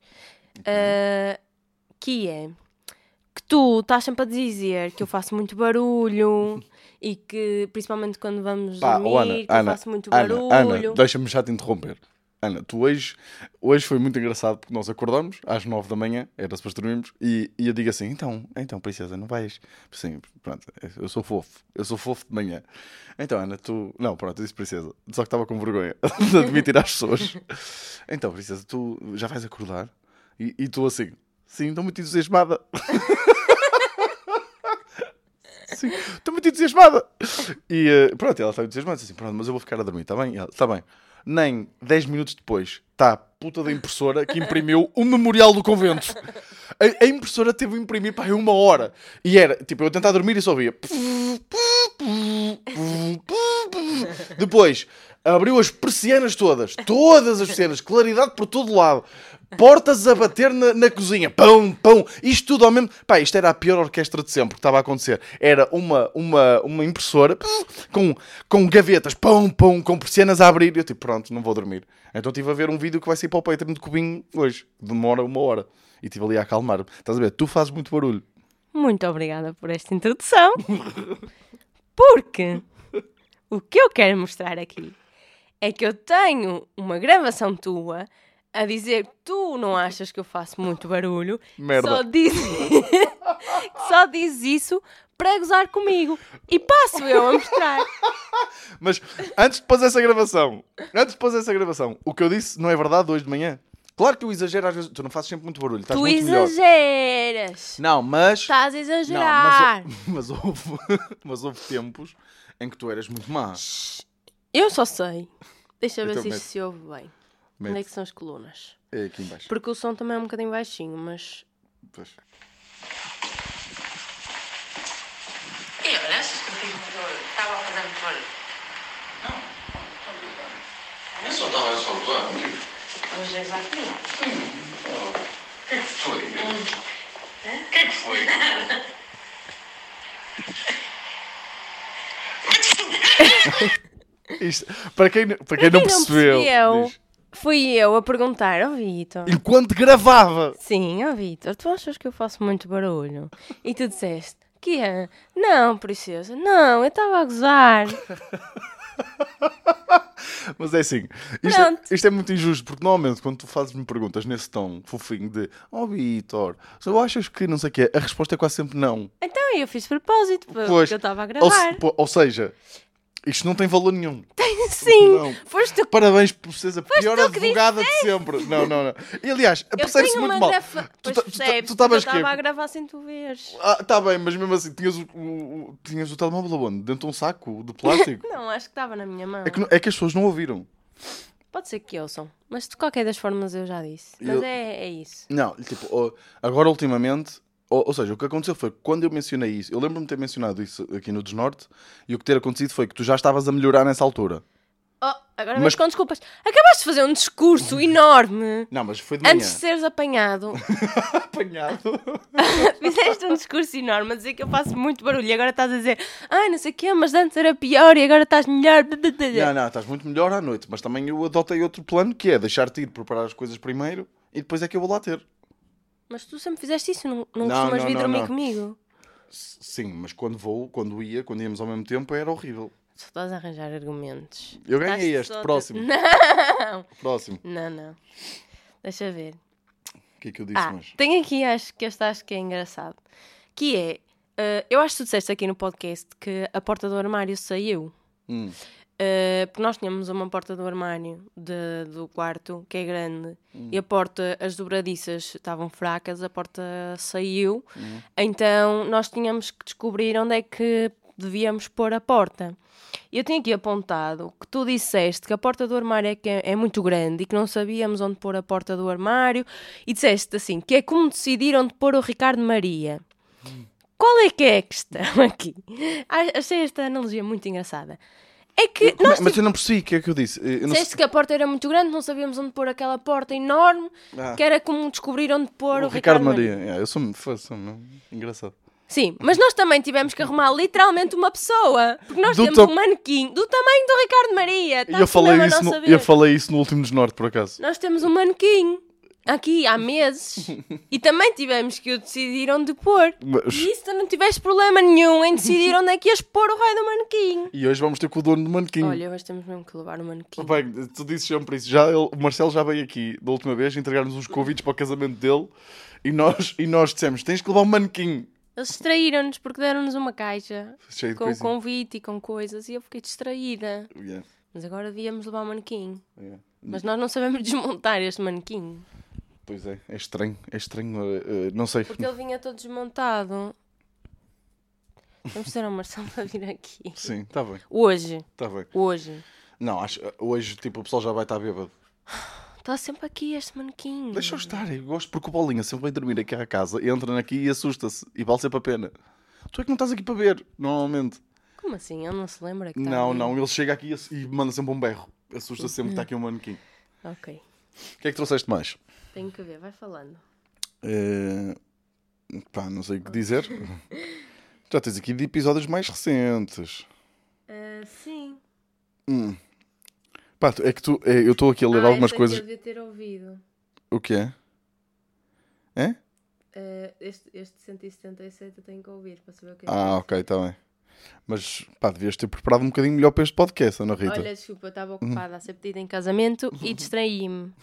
[SPEAKER 2] Ah, que é... Que tu estás sempre a dizer que eu faço muito barulho e que, principalmente quando vamos
[SPEAKER 1] Pá,
[SPEAKER 2] dormir,
[SPEAKER 1] oh, Ana,
[SPEAKER 2] que eu
[SPEAKER 1] Ana,
[SPEAKER 2] faço muito
[SPEAKER 1] Ana,
[SPEAKER 2] barulho.
[SPEAKER 1] Ana, deixa-me já te interromper. Ana, tu hoje, hoje foi muito engraçado porque nós acordamos às nove da manhã, era suposto dormirmos, e, e eu digo assim, então, então, princesa, não vais? Sim, pronto, eu sou fofo, eu sou fofo de manhã. Então, Ana, tu... Não, pronto, eu disse princesa, só que estava com vergonha de admitir às pessoas. Então, princesa, tu já vais acordar? E, e tu assim, sim, estou muito entusiasmada. Sim, estou muito entusiasmada. E eh, pronto, ela está entusiasmada. Disse assim, pronto, mas eu vou ficar a dormir, está bem? Está bem. Nem dez minutos depois, está a puta da impressora que imprimiu o memorial do convento. A, a impressora teve a imprimir para aí uma hora. E era, tipo, eu a tentar dormir e só ouvia. Depois, abriu as persianas todas. Todas as persianas. Claridade por todo lado. Portas a bater na, na cozinha. Pão, pão. Isto tudo ao mesmo... Pá, isto era a pior orquestra de sempre que estava a acontecer. Era uma, uma, uma impressora com, com gavetas. Pão, pão. Com persianas a abrir. Eu tipo, pronto, não vou dormir. Então estive a ver um vídeo que vai sair para o Patreon de Cubinho hoje. Demora uma hora. E estive ali a acalmar-me. Estás a ver? Tu fazes muito barulho.
[SPEAKER 2] Muito obrigada por esta introdução. Porque o que eu quero mostrar aqui é que eu tenho uma gravação tua a dizer que tu não achas que eu faço muito barulho.
[SPEAKER 1] Merda.
[SPEAKER 2] Só diz... só diz isso para gozar comigo. E passo eu a mostrar.
[SPEAKER 1] Mas antes de pôr essa gravação, antes de pôr essa gravação, o que eu disse não é verdade hoje de manhã? Claro que eu exagero às vezes. Tu não fazes sempre muito barulho. Estás
[SPEAKER 2] Tu
[SPEAKER 1] muito melhor.
[SPEAKER 2] exageras.
[SPEAKER 1] Não, mas...
[SPEAKER 2] Estás a exagerar.
[SPEAKER 1] Não, mas, mas, houve, mas houve tempos em que tu eras muito má.
[SPEAKER 2] Eu só sei. Deixa eu ver
[SPEAKER 1] Então,
[SPEAKER 2] se
[SPEAKER 1] mete.
[SPEAKER 2] isto se ouve bem. Onde é que são as colunas?
[SPEAKER 1] É aqui em baixo.
[SPEAKER 2] Porque o som também é um bocadinho baixinho, mas...
[SPEAKER 1] Pois.
[SPEAKER 2] E olha, achas que eu fiz muito barulho? Estava a fazer muito barulho.
[SPEAKER 3] Eu só estava só usando.
[SPEAKER 2] Mas é exato.
[SPEAKER 3] O que é que foi? O que é que foi? O que é que foi?
[SPEAKER 1] Isto, para quem, para quem não
[SPEAKER 2] Quem não
[SPEAKER 1] percebeu,
[SPEAKER 2] percebeu,
[SPEAKER 1] diz,
[SPEAKER 2] fui eu a perguntar ao Vitor.
[SPEAKER 1] enquanto gravava.
[SPEAKER 2] Sim, ó Vitor, tu achas que eu faço muito barulho? E tu disseste, que é? Não, princesa, não, eu estava a gozar.
[SPEAKER 1] Mas é assim, isto é,
[SPEAKER 2] Pronto.
[SPEAKER 1] isto é muito injusto, porque normalmente quando tu fazes-me perguntas nesse tom fofinho de oh Vitor, tu achas que não sei o quê, a resposta é quase sempre não.
[SPEAKER 2] Então eu fiz de propósito, porque
[SPEAKER 1] Pois,
[SPEAKER 2] eu estava a
[SPEAKER 1] Ou,
[SPEAKER 2] gravar.
[SPEAKER 1] se- pô, ou seja, isto não tem valor nenhum.
[SPEAKER 2] Sim,
[SPEAKER 1] Não.
[SPEAKER 2] foste tu.
[SPEAKER 1] Parabéns por seres a pior
[SPEAKER 2] tu que
[SPEAKER 1] advogada de sempre. Não, não, não. E aliás,
[SPEAKER 2] Eu
[SPEAKER 1] percebe-se
[SPEAKER 2] tenho
[SPEAKER 1] muito
[SPEAKER 2] uma
[SPEAKER 1] mal.
[SPEAKER 2] grafa...
[SPEAKER 1] Tu
[SPEAKER 2] Pois
[SPEAKER 1] ta- tu ta-
[SPEAKER 2] percebes,
[SPEAKER 1] tu
[SPEAKER 2] porque eu
[SPEAKER 1] estavas quê?
[SPEAKER 2] estava a gravar sem tu veres.
[SPEAKER 1] Ah, tá bem, mas mesmo assim, tinhas o, o- o- tinhas o telemóvel aonde? Dentro de um saco de plástico?
[SPEAKER 2] Não, acho que estava na minha mão.
[SPEAKER 1] É que, não- é que as pessoas não ouviram.
[SPEAKER 2] Pode ser que ouçam, mas de qualquer das formas eu já disse. Mas
[SPEAKER 1] Eu-
[SPEAKER 2] é, é isso.
[SPEAKER 1] Não, tipo, ó, agora ultimamente, ou, ou seja, o que aconteceu foi que quando eu mencionei isso, eu lembro-me de ter mencionado isso aqui no Desnorte, e o que ter acontecido foi que tu já estavas a melhorar nessa altura.
[SPEAKER 2] Oh, agora
[SPEAKER 1] Mas-
[SPEAKER 2] mas com desculpas. Acabaste de fazer um discurso enorme
[SPEAKER 1] Não, mas foi de manhã.
[SPEAKER 2] antes de seres apanhado.
[SPEAKER 1] Apanhado.
[SPEAKER 2] Fizeste um discurso enorme a dizer que eu faço muito barulho e agora estás a dizer, ai, não sei o quê, mas antes era pior e agora estás melhor.
[SPEAKER 1] Não, não, estás muito melhor à noite, mas também eu adotei outro plano que é deixar-te ir preparar as coisas primeiro e depois é que eu vou lá ter.
[SPEAKER 2] Mas tu sempre fizeste isso, não, não,
[SPEAKER 1] Não,
[SPEAKER 2] costumas
[SPEAKER 1] não,
[SPEAKER 2] vir
[SPEAKER 1] não,
[SPEAKER 2] dormir
[SPEAKER 1] não.
[SPEAKER 2] comigo.
[SPEAKER 1] S- Sim, mas quando vou, quando ia, quando íamos ao mesmo tempo, era horrível.
[SPEAKER 2] Só estás a arranjar argumentos.
[SPEAKER 1] Eu ganhei
[SPEAKER 2] Estás-te
[SPEAKER 1] este,
[SPEAKER 2] só a-
[SPEAKER 1] próximo.
[SPEAKER 2] Não,
[SPEAKER 1] Próximo.
[SPEAKER 2] não, não. Deixa ver.
[SPEAKER 1] O que é que eu disse
[SPEAKER 2] Ah,
[SPEAKER 1] mais?
[SPEAKER 2] tem aqui, acho que este acho que é engraçado. Que é, eh, eu acho que tu disseste aqui no podcast que a porta do armário saiu.
[SPEAKER 1] Hum,
[SPEAKER 2] Eh, porque nós tínhamos uma porta do armário de- do quarto, que é grande, e a porta, as dobradiças estavam fracas, a porta saiu. Então nós tínhamos que descobrir onde é que devíamos pôr a porta. Eu tenho aqui apontado que tu disseste que a porta do armário é, que é, é muito grande e que não sabíamos onde pôr a porta do armário, e disseste assim, que é como decidir onde pôr o Ricardo Maria. Qual é que é a questão aqui? A- Achei esta analogia muito engraçada. É que
[SPEAKER 1] Como é-
[SPEAKER 2] nós
[SPEAKER 1] mas eu não percebi o que é que eu disse. Eu não
[SPEAKER 2] disseste
[SPEAKER 1] sei-
[SPEAKER 2] que a porta era muito grande, não sabíamos onde pôr aquela porta enorme,
[SPEAKER 1] Ah.
[SPEAKER 2] que era como descobrir onde pôr o,
[SPEAKER 1] O Ricardo Maria.
[SPEAKER 2] Maria.
[SPEAKER 1] Yeah, eu sou, sou, sou engraçado.
[SPEAKER 2] Sim, mas nós também tivemos que arrumar literalmente uma pessoa, porque nós
[SPEAKER 1] Do
[SPEAKER 2] temos
[SPEAKER 1] tam-
[SPEAKER 2] um manequim do tamanho do Ricardo Maria. Está
[SPEAKER 1] E eu falei,
[SPEAKER 2] mesmo a
[SPEAKER 1] isso
[SPEAKER 2] não
[SPEAKER 1] no,
[SPEAKER 2] saber.
[SPEAKER 1] eu falei isso no último Desnorte, por acaso.
[SPEAKER 2] Nós temos um manequim aqui há meses e também tivemos que o decidir onde pôr.
[SPEAKER 1] Mas-
[SPEAKER 2] E isso tu não tiveste problema nenhum em decidir onde é que ias pôr o raio do manequim.
[SPEAKER 1] E hoje vamos ter com o dono do manequim.
[SPEAKER 2] Olha, hoje temos mesmo que levar o manequim.
[SPEAKER 1] Bem, tu dizes sempre isso. Já ele- o Marcelo já veio aqui da última vez entregar-nos os convites para o casamento dele e nós, e nós dissemos: tens que levar um manequim.
[SPEAKER 2] Eles distraíram-nos porque deram-nos uma caixa
[SPEAKER 1] Cheio de
[SPEAKER 2] com o
[SPEAKER 1] coisinhas.
[SPEAKER 2] convite e com coisas e eu fiquei distraída.
[SPEAKER 1] Yeah,
[SPEAKER 2] Mas agora devíamos levar o manequim.
[SPEAKER 1] yeah.
[SPEAKER 2] Mas nós não sabemos desmontar este manequim.
[SPEAKER 1] Pois é, é estranho. É estranho. eh, eh, não sei.
[SPEAKER 2] Porque ele vinha todo desmontado. Vamos dizer ao Marcelo para vir aqui.
[SPEAKER 1] Sim, está bem,
[SPEAKER 2] Hoje.
[SPEAKER 1] está bem.
[SPEAKER 2] Hoje.
[SPEAKER 1] Não, acho, hoje tipo, o pessoal já vai estar bêbado.
[SPEAKER 2] Está sempre aqui este manequim.
[SPEAKER 1] Deixa eu estar, eu gosto porque o Paulinho sempre vai dormir aqui à casa, entra aqui e assusta-se e vale sempre a pena. Tu é que não estás aqui para ver, normalmente.
[SPEAKER 2] Como assim? Ele não se lembra que está
[SPEAKER 1] Não,
[SPEAKER 2] ali?
[SPEAKER 1] não, ele chega aqui e ass- e manda sempre um berro. Assusta-se sempre que está aqui um manequim.
[SPEAKER 2] Ok.
[SPEAKER 1] O que é que trouxeste mais?
[SPEAKER 2] Tenho que ver. Vai falando.
[SPEAKER 1] Eh, Pá, não sei o que dizer. Já tens aqui de episódios mais recentes.
[SPEAKER 2] Uh, sim.
[SPEAKER 1] Hum. Pá, tu- é que tu, é, eu estou aqui a ler
[SPEAKER 2] ah,
[SPEAKER 1] algumas
[SPEAKER 2] este aqui
[SPEAKER 1] coisas.
[SPEAKER 2] eu devia ter ouvido.
[SPEAKER 1] O que é? É?
[SPEAKER 2] Uh, este, este cento e setenta e sete eu tenho que ouvir para saber o que é.
[SPEAKER 1] Ah, ok, está bem. Mas, pá, devias ter preparado um bocadinho melhor para este podcast, Ana Rita.
[SPEAKER 2] Olha, desculpa, eu estava ocupada a ser pedida em casamento e distraí-me.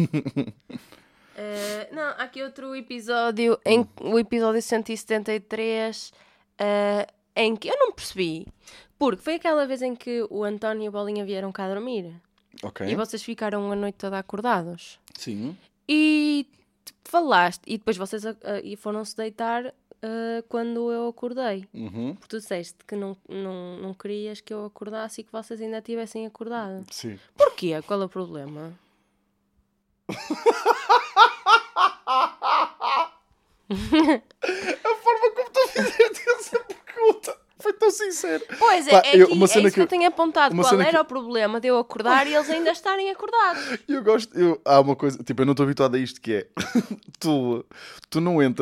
[SPEAKER 2] Eh, não, há aqui outro episódio, em, o episódio cento e setenta e três, eh, em que eu não percebi. Porque foi aquela vez em que o António e a Bolinha vieram cá dormir.
[SPEAKER 1] Ok.
[SPEAKER 2] E vocês ficaram a noite toda acordados.
[SPEAKER 1] Sim.
[SPEAKER 2] E tu falaste, e depois vocês ah, ah, e foram-se deitar ah, quando eu acordei.
[SPEAKER 1] Uhum.
[SPEAKER 2] Porque tu disseste que não, não, não querias que eu acordasse e que vocês ainda tivessem acordado.
[SPEAKER 1] Sim.
[SPEAKER 2] Porquê? Qual é o problema?
[SPEAKER 1] A forma como tu fizeste essa pergunta foi tão sincero.
[SPEAKER 2] Pois é,
[SPEAKER 1] Pá,
[SPEAKER 2] é,
[SPEAKER 1] eu-
[SPEAKER 2] que,
[SPEAKER 1] uma
[SPEAKER 2] é
[SPEAKER 1] cena
[SPEAKER 2] isso que eu
[SPEAKER 1] que-
[SPEAKER 2] tenho apontado.
[SPEAKER 1] uma
[SPEAKER 2] Qual
[SPEAKER 1] cena
[SPEAKER 2] era
[SPEAKER 1] que-
[SPEAKER 2] o problema de eu acordar e eles ainda estarem acordados?
[SPEAKER 1] Eu gosto, eu, há uma coisa, tipo, eu não estou habituado a isto que é, tu, tu não entras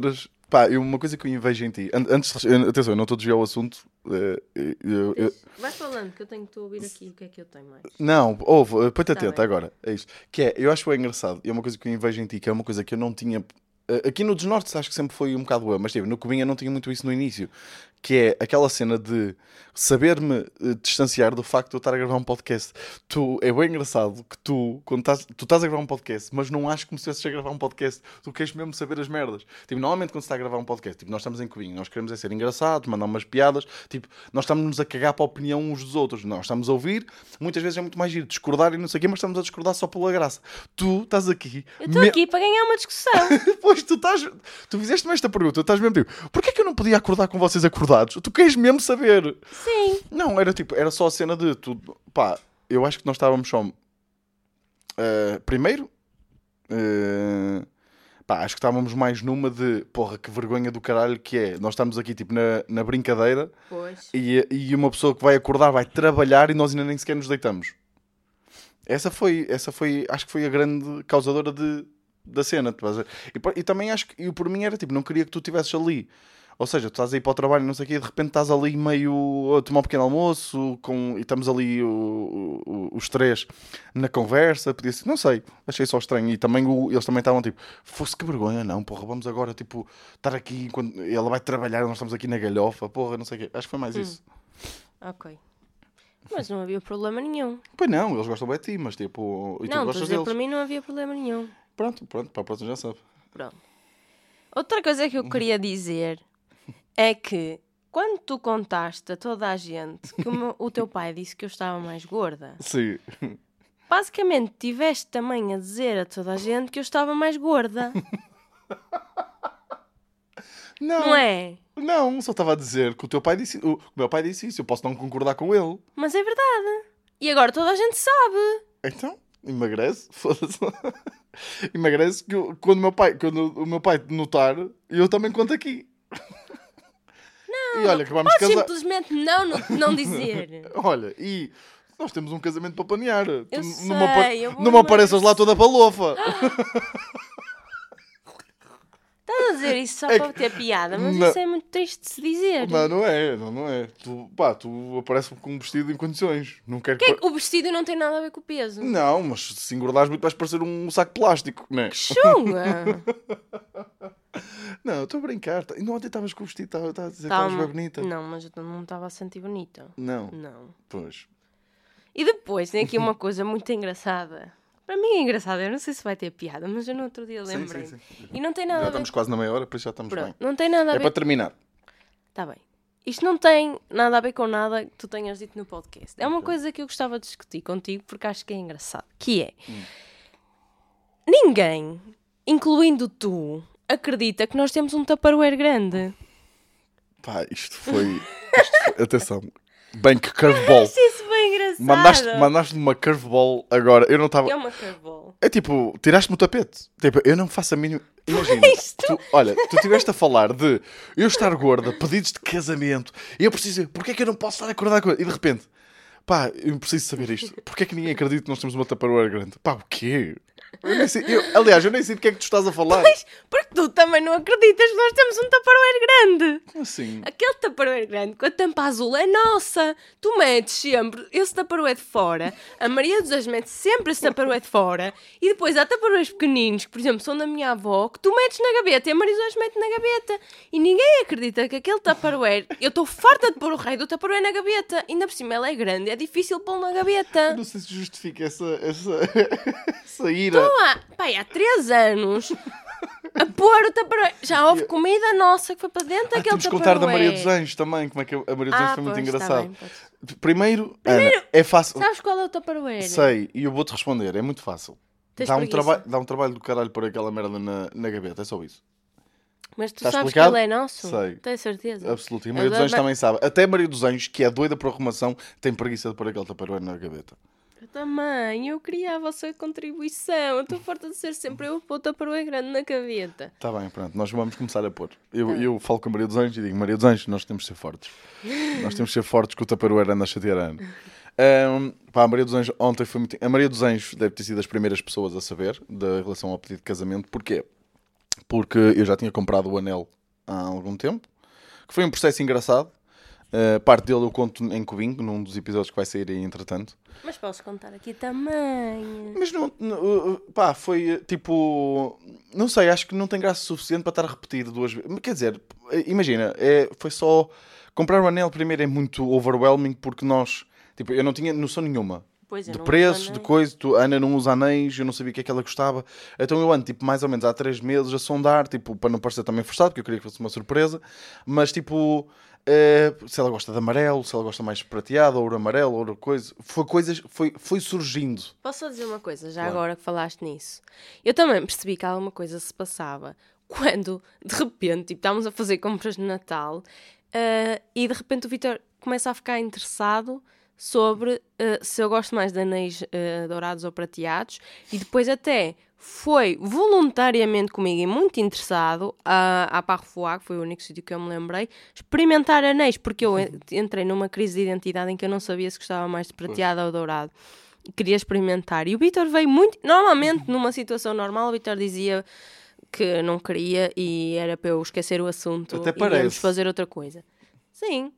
[SPEAKER 1] Pá, eu- uma coisa que eu invejo em ti. an- Antes, de- atenção, eu não estou a desviar o assunto. eh, eu- eu-
[SPEAKER 2] Vai falando, que eu tenho que te ouvir aqui o que é que eu tenho mais.
[SPEAKER 1] Não, ouve, eh, põe-te
[SPEAKER 2] Tá
[SPEAKER 1] atento
[SPEAKER 2] bem.
[SPEAKER 1] agora. É isto. Que é, eu acho que é engraçado. E é uma coisa que eu invejo em ti, que é uma coisa que eu não tinha. eh, Aqui no Desnorte acho que sempre foi um bocado eu, mas tipo, no Cubinha não tinha muito isso no início. Que é aquela cena de saber-me eh, distanciar do facto de eu estar a gravar um podcast. Tu, é bem engraçado que tu, quando estás, tu estás a gravar um podcast, mas não achas como se estivesses a gravar um podcast. Tu queres mesmo saber as merdas. Tipo, normalmente quando se está a gravar um podcast, tipo, nós estamos em Cubinha, nós queremos é ser engraçados, mandar umas piadas, tipo, nós estamos-nos a cagar para a opinião uns dos outros. Nós estamos a ouvir, muitas vezes é muito mais giro discordar e não sei o quê, mas estamos a discordar só pela graça. Tu estás aqui...
[SPEAKER 2] Eu estou
[SPEAKER 1] me-
[SPEAKER 2] aqui para ganhar uma discussão.
[SPEAKER 1] Pois, tu estás... Tu fizeste-me esta pergunta, tu estás mesmo tipo, porquê é que eu não podia acordar com vocês acordados? Tu queres mesmo saber?
[SPEAKER 2] Sim.
[SPEAKER 1] Não, era tipo, era só a cena de tu, pá, eu acho que nós estávamos só eh, primeiro eh, pá, acho que estávamos mais numa de porra, que vergonha do caralho que é, nós estamos aqui tipo na, na brincadeira
[SPEAKER 2] Pois.
[SPEAKER 1] e, e uma pessoa que vai acordar vai trabalhar e nós ainda nem sequer nos deitamos. Essa foi, essa foi, acho que foi a grande causadora de, da cena. Tu vais a- E, por- e também acho que, eu por mim era tipo, não queria que tu estivesses ali. Ou seja, tu estás aí para o trabalho, não sei o quê, e de repente estás ali meio a tomar um pequeno almoço com, e estamos ali o- o- os três na conversa. Podia ser, não sei, achei só estranho. E também o- eles também estavam tipo, fosse que vergonha, não, porra, vamos agora tipo estar aqui enquanto ela vai trabalhar, nós estamos aqui na galhofa, porra, não sei o quê. Acho que foi mais isso.
[SPEAKER 2] Ok. Mas não havia problema nenhum.
[SPEAKER 1] Pois não, eles gostam bem de ti, mas tipo, e tu
[SPEAKER 2] não, estou a
[SPEAKER 1] gostas
[SPEAKER 2] dizer,
[SPEAKER 1] deles.
[SPEAKER 2] para mim não havia problema nenhum.
[SPEAKER 1] Pronto, pronto, para a próxima já sabe.
[SPEAKER 2] Pronto. Outra coisa que eu queria dizer é que quando tu contaste a toda a gente que o, meu- o teu pai disse que eu estava mais gorda,
[SPEAKER 1] Sim.
[SPEAKER 2] basicamente tiveste também a dizer a toda a gente que eu estava mais gorda.
[SPEAKER 1] Não,
[SPEAKER 2] Não é?
[SPEAKER 1] não, só estava a dizer que o teu pai disse, o, o meu pai disse isso, eu posso não concordar com ele.
[SPEAKER 2] Mas é verdade. E agora toda a gente sabe.
[SPEAKER 1] Então, emagrece, foda-se. Emagrece que eu- quando, o meu pai, quando o meu pai te notar, eu também conto aqui. Não, e olha, que vamos
[SPEAKER 2] Podes
[SPEAKER 1] casar.
[SPEAKER 2] simplesmente não, não, não dizer.
[SPEAKER 1] Olha, e nós temos um casamento para planear. Tu
[SPEAKER 2] Eu
[SPEAKER 1] não
[SPEAKER 2] sei,
[SPEAKER 1] me apa-
[SPEAKER 2] eu vou
[SPEAKER 1] não me apareças
[SPEAKER 2] emagrecer.
[SPEAKER 1] lá toda palofa.
[SPEAKER 2] Estás a dizer isso só
[SPEAKER 1] É
[SPEAKER 2] para ter piada, mas
[SPEAKER 1] Não.
[SPEAKER 2] isso é muito triste de se dizer.
[SPEAKER 1] Não, não é, não, não é. Tu, pá, tu apareces com um vestido em condições. Não quero
[SPEAKER 2] Que é
[SPEAKER 1] que...
[SPEAKER 2] que o vestido não tem nada a ver com o peso.
[SPEAKER 1] Não, mas se engordares muito vais parecer um saco de plástico, não é?
[SPEAKER 2] Chunga!
[SPEAKER 1] Não, estou a brincar. E não ontem estavas com o vestido, estava estava a dizer que
[SPEAKER 2] Tava-
[SPEAKER 1] estavas bem bonita.
[SPEAKER 2] Não, mas eu não me estava a sentir bonita.
[SPEAKER 1] Não,
[SPEAKER 2] Não.
[SPEAKER 1] pois.
[SPEAKER 2] E depois tem aqui uma coisa muito engraçada. Para mim é engraçada, eu não sei se vai ter piada, mas eu no outro dia
[SPEAKER 1] Sim,
[SPEAKER 2] lembrei.
[SPEAKER 1] sim, sim.
[SPEAKER 2] E não tem
[SPEAKER 1] Já
[SPEAKER 2] nada a ver.
[SPEAKER 1] estamos quase na meia hora, por isso já estamos
[SPEAKER 2] Pronto,
[SPEAKER 1] bem.
[SPEAKER 2] não tem nada a
[SPEAKER 1] É
[SPEAKER 2] ver.
[SPEAKER 1] para terminar.
[SPEAKER 2] Tá bem. Isto não tem nada a ver com nada que tu tenhas dito no podcast. É uma coisa que eu gostava de discutir contigo porque acho que é engraçado. Que é...
[SPEAKER 1] Hum.
[SPEAKER 2] Ninguém, incluindo tu, acredita que nós temos um Tupperware grande.
[SPEAKER 1] Pá, isto foi... Isto foi... Atenção. Bem que curveball.
[SPEAKER 2] Acho isso bem engraçado.
[SPEAKER 1] Mandaste- Mandaste-me uma curveball agora. Eu não estava...
[SPEAKER 2] É uma curveball.
[SPEAKER 1] É tipo, tiraste-me o tapete. Tipo, eu não faço a mínima... Imagina,
[SPEAKER 2] Isto-
[SPEAKER 1] tu, olha, tu estiveste a falar de eu estar gorda, pedidos de casamento, e eu preciso, porquê é que eu não posso estar a acordar com... E de repente, pá, eu preciso saber isto. Porquê é que ninguém acredita que nós temos uma Tupperware grande? Pá, o quê? Eu nem sei, eu- aliás, eu nem sei do que é que tu estás a falar.
[SPEAKER 2] Pois, porque tu também não acreditas que nós temos um Tupperware grande.
[SPEAKER 1] Como assim?
[SPEAKER 2] Aquele Tupperware grande com a tampa azul é nossa. Tu metes sempre esse Tupperware de fora. A Maria dos Anjos mete sempre esse Tupperware de fora. E depois há Tupperwares pequeninos, que por exemplo são da minha avó, que tu metes na gaveta e a Maria dos Anjos mete na gaveta. E ninguém acredita que aquele Tupperware... Eu estou farta de pôr o rei do Tupperware na gaveta. Ainda por cima ela é grande, é difícil pô-lo na
[SPEAKER 1] Eu
[SPEAKER 2] gaveta.
[SPEAKER 1] não sei se justifica essa, essa, essa ira.
[SPEAKER 2] Estou há, pai, há três anos a pôr o Tupperware. Já houve comida nossa que foi para dentro
[SPEAKER 1] Ah,
[SPEAKER 2] daquele
[SPEAKER 1] temos que contar da Maria dos
[SPEAKER 2] Tupperware.
[SPEAKER 1] Anjos também. Como é que a Maria dos Anjos
[SPEAKER 2] Ah,
[SPEAKER 1] foi muito
[SPEAKER 2] pois, tá
[SPEAKER 1] engraçado.
[SPEAKER 2] bem, podes.
[SPEAKER 1] Primeiro, Ana, é fácil.
[SPEAKER 2] Sabes qual é o Tupperware?
[SPEAKER 1] Sei, e eu vou-te responder, é muito fácil.
[SPEAKER 2] Tens
[SPEAKER 1] Dá um,
[SPEAKER 2] preguiça?
[SPEAKER 1] traba dá um trabalho do caralho pôr aquela merda na, na gaveta, é só isso.
[SPEAKER 2] Mas tu
[SPEAKER 1] Está
[SPEAKER 2] sabes
[SPEAKER 1] explicado?
[SPEAKER 2] que ele é nosso?
[SPEAKER 1] Sei.
[SPEAKER 2] Tens certeza?
[SPEAKER 1] Absoluto. E a Maria
[SPEAKER 2] Eu
[SPEAKER 1] dos
[SPEAKER 2] da-
[SPEAKER 1] Anjos também sabe. Até a Maria dos Anjos, que é doida por arrumação, tem preguiça de pôr aquele taparoeiro na gaveta.
[SPEAKER 2] Eu também, eu queria a vossa contribuição. Eu estou farta de ser sempre eu pôr o Tupperware grande na gaveta.
[SPEAKER 1] Está bem, pronto, nós vamos começar a pôr. Eu,
[SPEAKER 2] Tá.
[SPEAKER 1] eu falo com a Maria dos Anjos e digo, Maria dos Anjos, nós temos de ser fortes. Nós temos de ser fortes que o taparoeiro anda a chatear a Ana. Um, pá, a Maria dos Anjos ontem foi muito... A Maria dos Anjos deve ter sido das primeiras pessoas a saber da relação ao pedido de casamento. Porquê? Porque eu já tinha comprado o anel há algum tempo, que foi um processo engraçado. Uh, parte dele eu conto em cubinho, num dos episódios que vai sair aí entretanto.
[SPEAKER 2] Mas posso contar aqui também.
[SPEAKER 1] Mas não, não, pá, foi tipo, não sei, acho que não tem graça suficiente para estar a repetir duas vezes. Quer dizer, imagina, é, foi só comprar o anel primeiro é muito overwhelming porque nós, tipo, eu não tinha noção nenhuma
[SPEAKER 2] Pois eu
[SPEAKER 1] de
[SPEAKER 2] não
[SPEAKER 1] preços,
[SPEAKER 2] uso
[SPEAKER 1] de
[SPEAKER 2] anéis.
[SPEAKER 1] coisa. Tu, a Ana não usa anéis, eu não sabia o que é que ela gostava. Então eu ando, tipo, mais ou menos há três meses a sondar, tipo, para não parecer também forçado, porque eu queria que fosse uma surpresa. Mas, tipo, eh, se ela gosta de amarelo, se ela gosta mais de prateado, ouro amarelo, ouro coisa. Foi coisas, foi, foi surgindo.
[SPEAKER 2] Posso só dizer uma coisa, já
[SPEAKER 1] Claro.
[SPEAKER 2] agora que falaste nisso? Eu também percebi que alguma coisa se passava quando, de repente, tipo, estávamos a fazer compras de Natal eh, e de repente o Vítor começa a ficar interessado sobre eh, se eu gosto mais de anéis eh, dourados ou prateados e depois até foi voluntariamente comigo e muito interessado a, a Parrefoar, que foi o único sítio que eu me lembrei, experimentar anéis, porque eu en- entrei numa crise de identidade em que eu não sabia se gostava mais de prateado ou dourado. E queria experimentar. E o Vítor veio muito... Normalmente, numa situação normal, o Vítor dizia que não queria e era para eu esquecer o assunto
[SPEAKER 1] Até
[SPEAKER 2] e íamos
[SPEAKER 1] parece.
[SPEAKER 2] fazer outra coisa. Sim.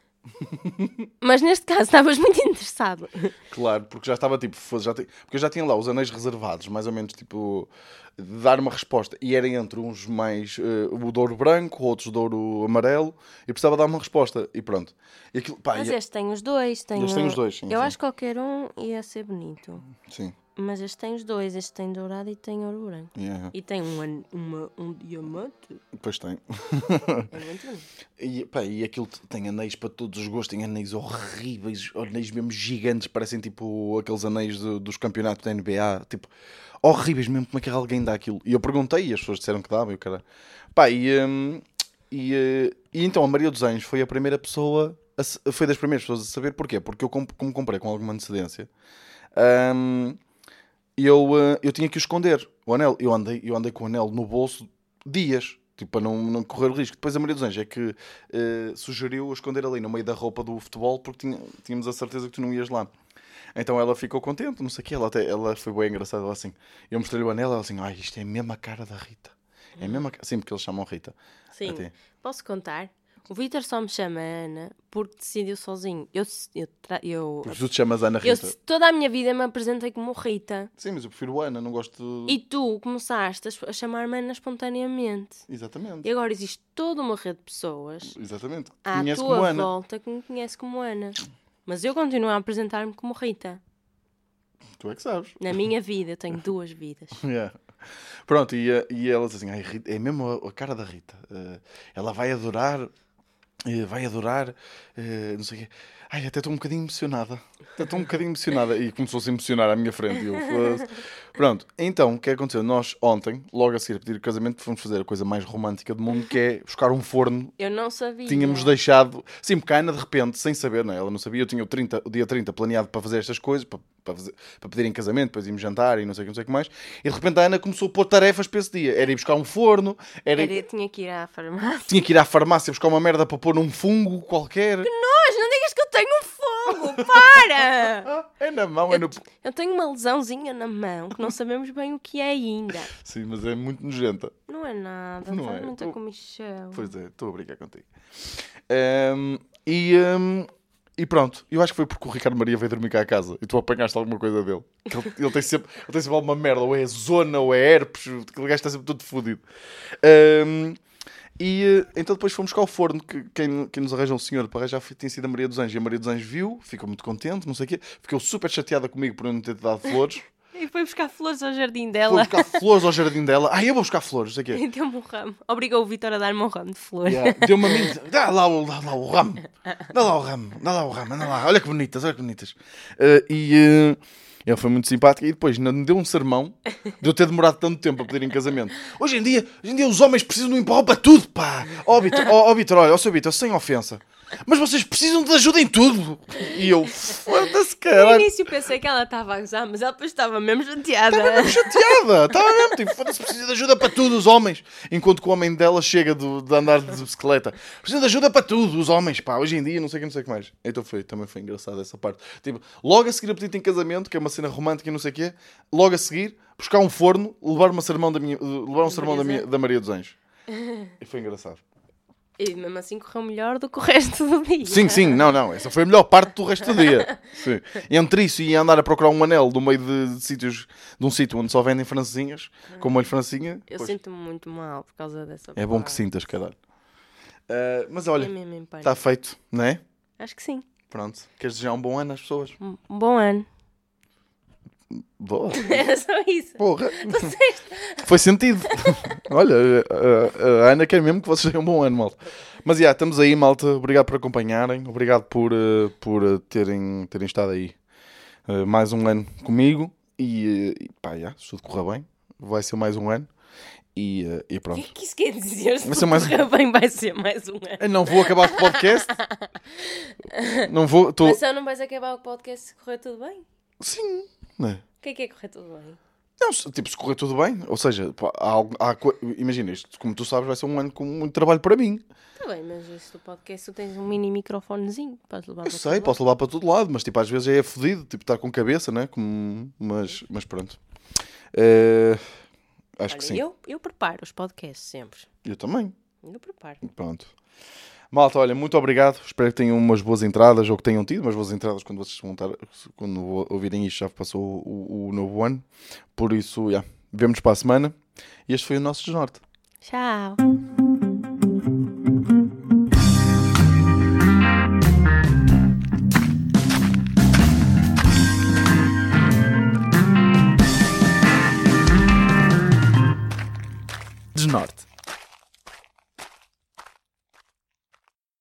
[SPEAKER 2] Mas neste caso estavas muito interessado.
[SPEAKER 1] Claro, porque já estava tipo, fosse, já ti- porque eu já tinha lá os anéis reservados, mais ou menos tipo, de dar uma resposta. E era entre uns mais eh, o de ouro branco, outros de ouro amarelo, e precisava dar uma resposta. E pronto. E aquilo, pá,
[SPEAKER 2] Mas
[SPEAKER 1] e-
[SPEAKER 2] este tem os dois. Tem
[SPEAKER 1] Este tem
[SPEAKER 2] o-
[SPEAKER 1] os dois, sim,
[SPEAKER 2] Eu
[SPEAKER 1] sim.
[SPEAKER 2] acho que qualquer um ia ser bonito.
[SPEAKER 1] Sim.
[SPEAKER 2] Mas este tem os dois. Este tem dourado e tem ouro branco.
[SPEAKER 1] Yeah.
[SPEAKER 2] E tem um, an- uma, um diamante.
[SPEAKER 1] Depois tem.
[SPEAKER 2] É muito bonito.
[SPEAKER 1] E, pá, e aquilo tem anéis para todos os gostos, tem anéis horríveis, anéis mesmo gigantes, parecem tipo aqueles anéis de- dos campeonatos da N B A, tipo, horríveis mesmo, como é que alguém dá aquilo? E eu perguntei e as pessoas disseram que dava, e o cara... Pá, e, hum, e, eh, e então a Maria dos Anjos foi a primeira pessoa, a se- foi das primeiras pessoas a saber porquê, porque eu comp- como comprei com alguma antecedência, hum, eu, eh, eu tinha que o esconder, o anel, eu andei, eu andei com o anel no bolso dias, tipo, para não, não correr o risco. Depois a Maria dos Anjos é que eh, sugeriu eu esconder ali no meio da roupa do futebol, porque tinha- tínhamos a certeza que tu não ias lá. Então ela ficou contente, não sei o quê, ela, até, ela foi bem engraçada, ela assim, eu mostrei-lhe o anel, ela assim, ai, isto é mesmo a cara da Rita. É mesmo a... ca- Sim, porque eles chamam Rita.
[SPEAKER 2] Sim.
[SPEAKER 1] Até.
[SPEAKER 2] Posso contar? O Vítor só me chama Ana porque decidiu sozinho. Eu, eu, tra- eu,
[SPEAKER 1] Porque tu te chamas Ana
[SPEAKER 2] eu
[SPEAKER 1] Rita.
[SPEAKER 2] toda a minha vida me apresentei como Rita.
[SPEAKER 1] Sim, mas eu prefiro Ana, não gosto de...
[SPEAKER 2] E tu começaste a, a chamar-me Ana espontaneamente.
[SPEAKER 1] Exatamente.
[SPEAKER 2] E agora existe toda uma rede de pessoas
[SPEAKER 1] Exatamente. Que te
[SPEAKER 2] à
[SPEAKER 1] conhece
[SPEAKER 2] tua
[SPEAKER 1] como Ana.
[SPEAKER 2] volta que me conhece como Ana. Mas eu continuo a apresentar-me como Rita.
[SPEAKER 1] Tu é que sabes.
[SPEAKER 2] Na minha vida, eu tenho duas vidas.
[SPEAKER 1] Yeah. Pronto, e, eh, e ela diz assim, ai, Rita, é mesmo a, a cara da Rita. Eh, ela vai adorar, eh, vai adorar, eh, não sei o quê. Ai, até estou um bocadinho emocionada. Até estou um bocadinho emocionada. E começou a se emocionar à minha frente. E eu, foda-se. Pronto, então, o que aconteceu? Nós, ontem, logo a seguir a pedir o casamento, fomos fazer a coisa mais romântica do mundo, que é buscar um forno.
[SPEAKER 2] Eu não sabia.
[SPEAKER 1] Tínhamos deixado... Sim, porque a Ana, de repente, sem saber, não é? Ela não sabia. Eu tinha o, trinta, o dia trinta planeado para fazer estas coisas, para, para, fazer, para pedir em casamento, depois íamos jantar e não sei o que, não sei o que mais. E, de repente, a Ana começou a pôr tarefas para esse dia. Era ir buscar um forno, era...
[SPEAKER 2] Era, eu tinha que ir à farmácia.
[SPEAKER 1] Tinha que ir à farmácia buscar uma merda para pôr num fungo qualquer.
[SPEAKER 2] Mas não digas que eu tenho um fogo! Para!
[SPEAKER 1] Ah, é na mão, é no...
[SPEAKER 2] Eu tenho uma lesãozinha na mão que não sabemos bem o que é ainda.
[SPEAKER 1] Sim, mas é muito nojenta.
[SPEAKER 2] Não é nada,
[SPEAKER 1] Não
[SPEAKER 2] faz
[SPEAKER 1] é.
[SPEAKER 2] muita
[SPEAKER 1] Eu-
[SPEAKER 2] comichão.
[SPEAKER 1] Pois é, estou a brincar contigo. Ahm, e, ahm, e pronto, eu acho que foi porque o Ricardo Maria veio dormir cá a casa e tu apanhaste alguma coisa dele. Que Ele, ele tem sempre, ele tem sempre alguma merda, ou é zona, ou é herpes, aquele gajo está sempre todo fodido. Ahm, e eh, então depois fomos cá ao forno, que quem, quem nos arranja um senhor para arranjar tinha sido a Maria dos Anjos. E a Maria dos Anjos viu, ficou muito contente, não sei o quê. Ficou super chateada comigo por eu não ter dado flores.
[SPEAKER 2] E foi buscar flores ao jardim
[SPEAKER 1] Vou
[SPEAKER 2] dela.
[SPEAKER 1] buscar flores ao jardim dela. Ah, eu vou buscar flores, não sei o quê.
[SPEAKER 2] E deu-me um ramo. Obrigou o Vitor a dar-me um ramo de flores.
[SPEAKER 1] Yeah. Deu-me a mim, dá lá, o- dá lá o ramo, dá lá o ramo, dá lá o ramo, anda lá, olha que bonitas, olha que bonitas. Uh, e uh, ele foi muito simpático e depois ainda me deu um sermão de eu ter demorado tanto tempo a pedir em casamento. Hoje em dia, hoje em dia os homens precisam de um empurrão para tudo, pá. Ó, Vitor, ó, ó, Vitor, olha, ó, seu Vitor, sem ofensa, mas vocês precisam de ajuda em tudo. E eu, foda-se,
[SPEAKER 2] No
[SPEAKER 1] caralho.
[SPEAKER 2] início pensei que ela estava a gozar, mas ela depois estava mesmo chateada.
[SPEAKER 1] Estava mesmo chateada, estava mesmo, tipo, foda-se, precisa de ajuda para tudo, os homens. Enquanto que o homem dela chega do, de andar de bicicleta. Precisa de ajuda para tudo, os homens, pá, hoje em dia, não sei o que, não sei o que mais. Então foi, também foi engraçado essa parte. Tipo, logo a seguir a pedido em casamento, que é uma cena romântica e não sei o quê, logo a seguir, buscar um forno, levar uma sermão da, minha, levar um sermão da, minha, da Maria dos Anjos. E foi engraçado.
[SPEAKER 2] E mesmo assim correu melhor do que o resto do dia.
[SPEAKER 1] Sim, sim, não, não. Essa foi a melhor parte do resto do dia. Sim. Entre isso e andar a procurar um anel no meio de, de sítios, de um sítio onde só vendem francesinhas, com molho francesinha.
[SPEAKER 2] Eu
[SPEAKER 1] pois,
[SPEAKER 2] sinto-me muito mal por causa dessa
[SPEAKER 1] é bom que
[SPEAKER 2] parte.
[SPEAKER 1] sintas, caralho. Uh, mas
[SPEAKER 2] É
[SPEAKER 1] olha,
[SPEAKER 2] mesmo em pânico.
[SPEAKER 1] está feito, não é?
[SPEAKER 2] Acho que sim.
[SPEAKER 1] Pronto. Queres desejar um bom ano às pessoas?
[SPEAKER 2] Um um bom ano.
[SPEAKER 1] Boa.
[SPEAKER 2] Era só isso.
[SPEAKER 1] Porra. Foi sentido. Olha, a, a Ana quer mesmo que vocês tenham um bom ano, malta. Mas já, yeah, estamos aí, malta. Obrigado por acompanharem. Obrigado por, uh, por uh, terem, terem estado aí uh, mais um ano comigo. E, uh, e pá, yeah, se tudo correr bem, vai ser mais um ano. E, uh, e
[SPEAKER 2] O
[SPEAKER 1] pronto.
[SPEAKER 2] que é que isso quer dizer? Se
[SPEAKER 1] Vai ser
[SPEAKER 2] tudo
[SPEAKER 1] mais-
[SPEAKER 2] correr bem, vai ser mais um ano.
[SPEAKER 1] Eu não vou acabar o podcast. Não vou. Tô...
[SPEAKER 2] Mas só não vais acabar o podcast se correr tudo bem?
[SPEAKER 1] Sim. Não é?
[SPEAKER 2] O que é que é correr tudo bem?
[SPEAKER 1] Não, se- tipo, se correr tudo bem, ou seja, pá, há, algo- há co- imagina isto, como tu sabes, vai ser um ano com muito trabalho para mim.
[SPEAKER 2] Está bem, mas este do podcast tu tens um mini microfonezinho. Podes levar
[SPEAKER 1] Eu
[SPEAKER 2] para
[SPEAKER 1] sei,
[SPEAKER 2] todo
[SPEAKER 1] posso levar para todo lado, mas tipo, às vezes é fodido, tipo, estar com cabeça, né? Como... Mas, mas pronto. Eh, acho
[SPEAKER 2] Olha,
[SPEAKER 1] que sim.
[SPEAKER 2] Eu, eu preparo os podcasts sempre.
[SPEAKER 1] Eu também.
[SPEAKER 2] Eu preparo.
[SPEAKER 1] Pronto. Malta, olha, muito obrigado. Espero que tenham umas boas entradas, ou que tenham tido umas boas entradas quando vocês vão estar, quando ouvirem isto, já passou o, o novo ano. Por isso, já, vemo-nos para a semana. E este foi o nosso Desnorte.
[SPEAKER 2] Tchau.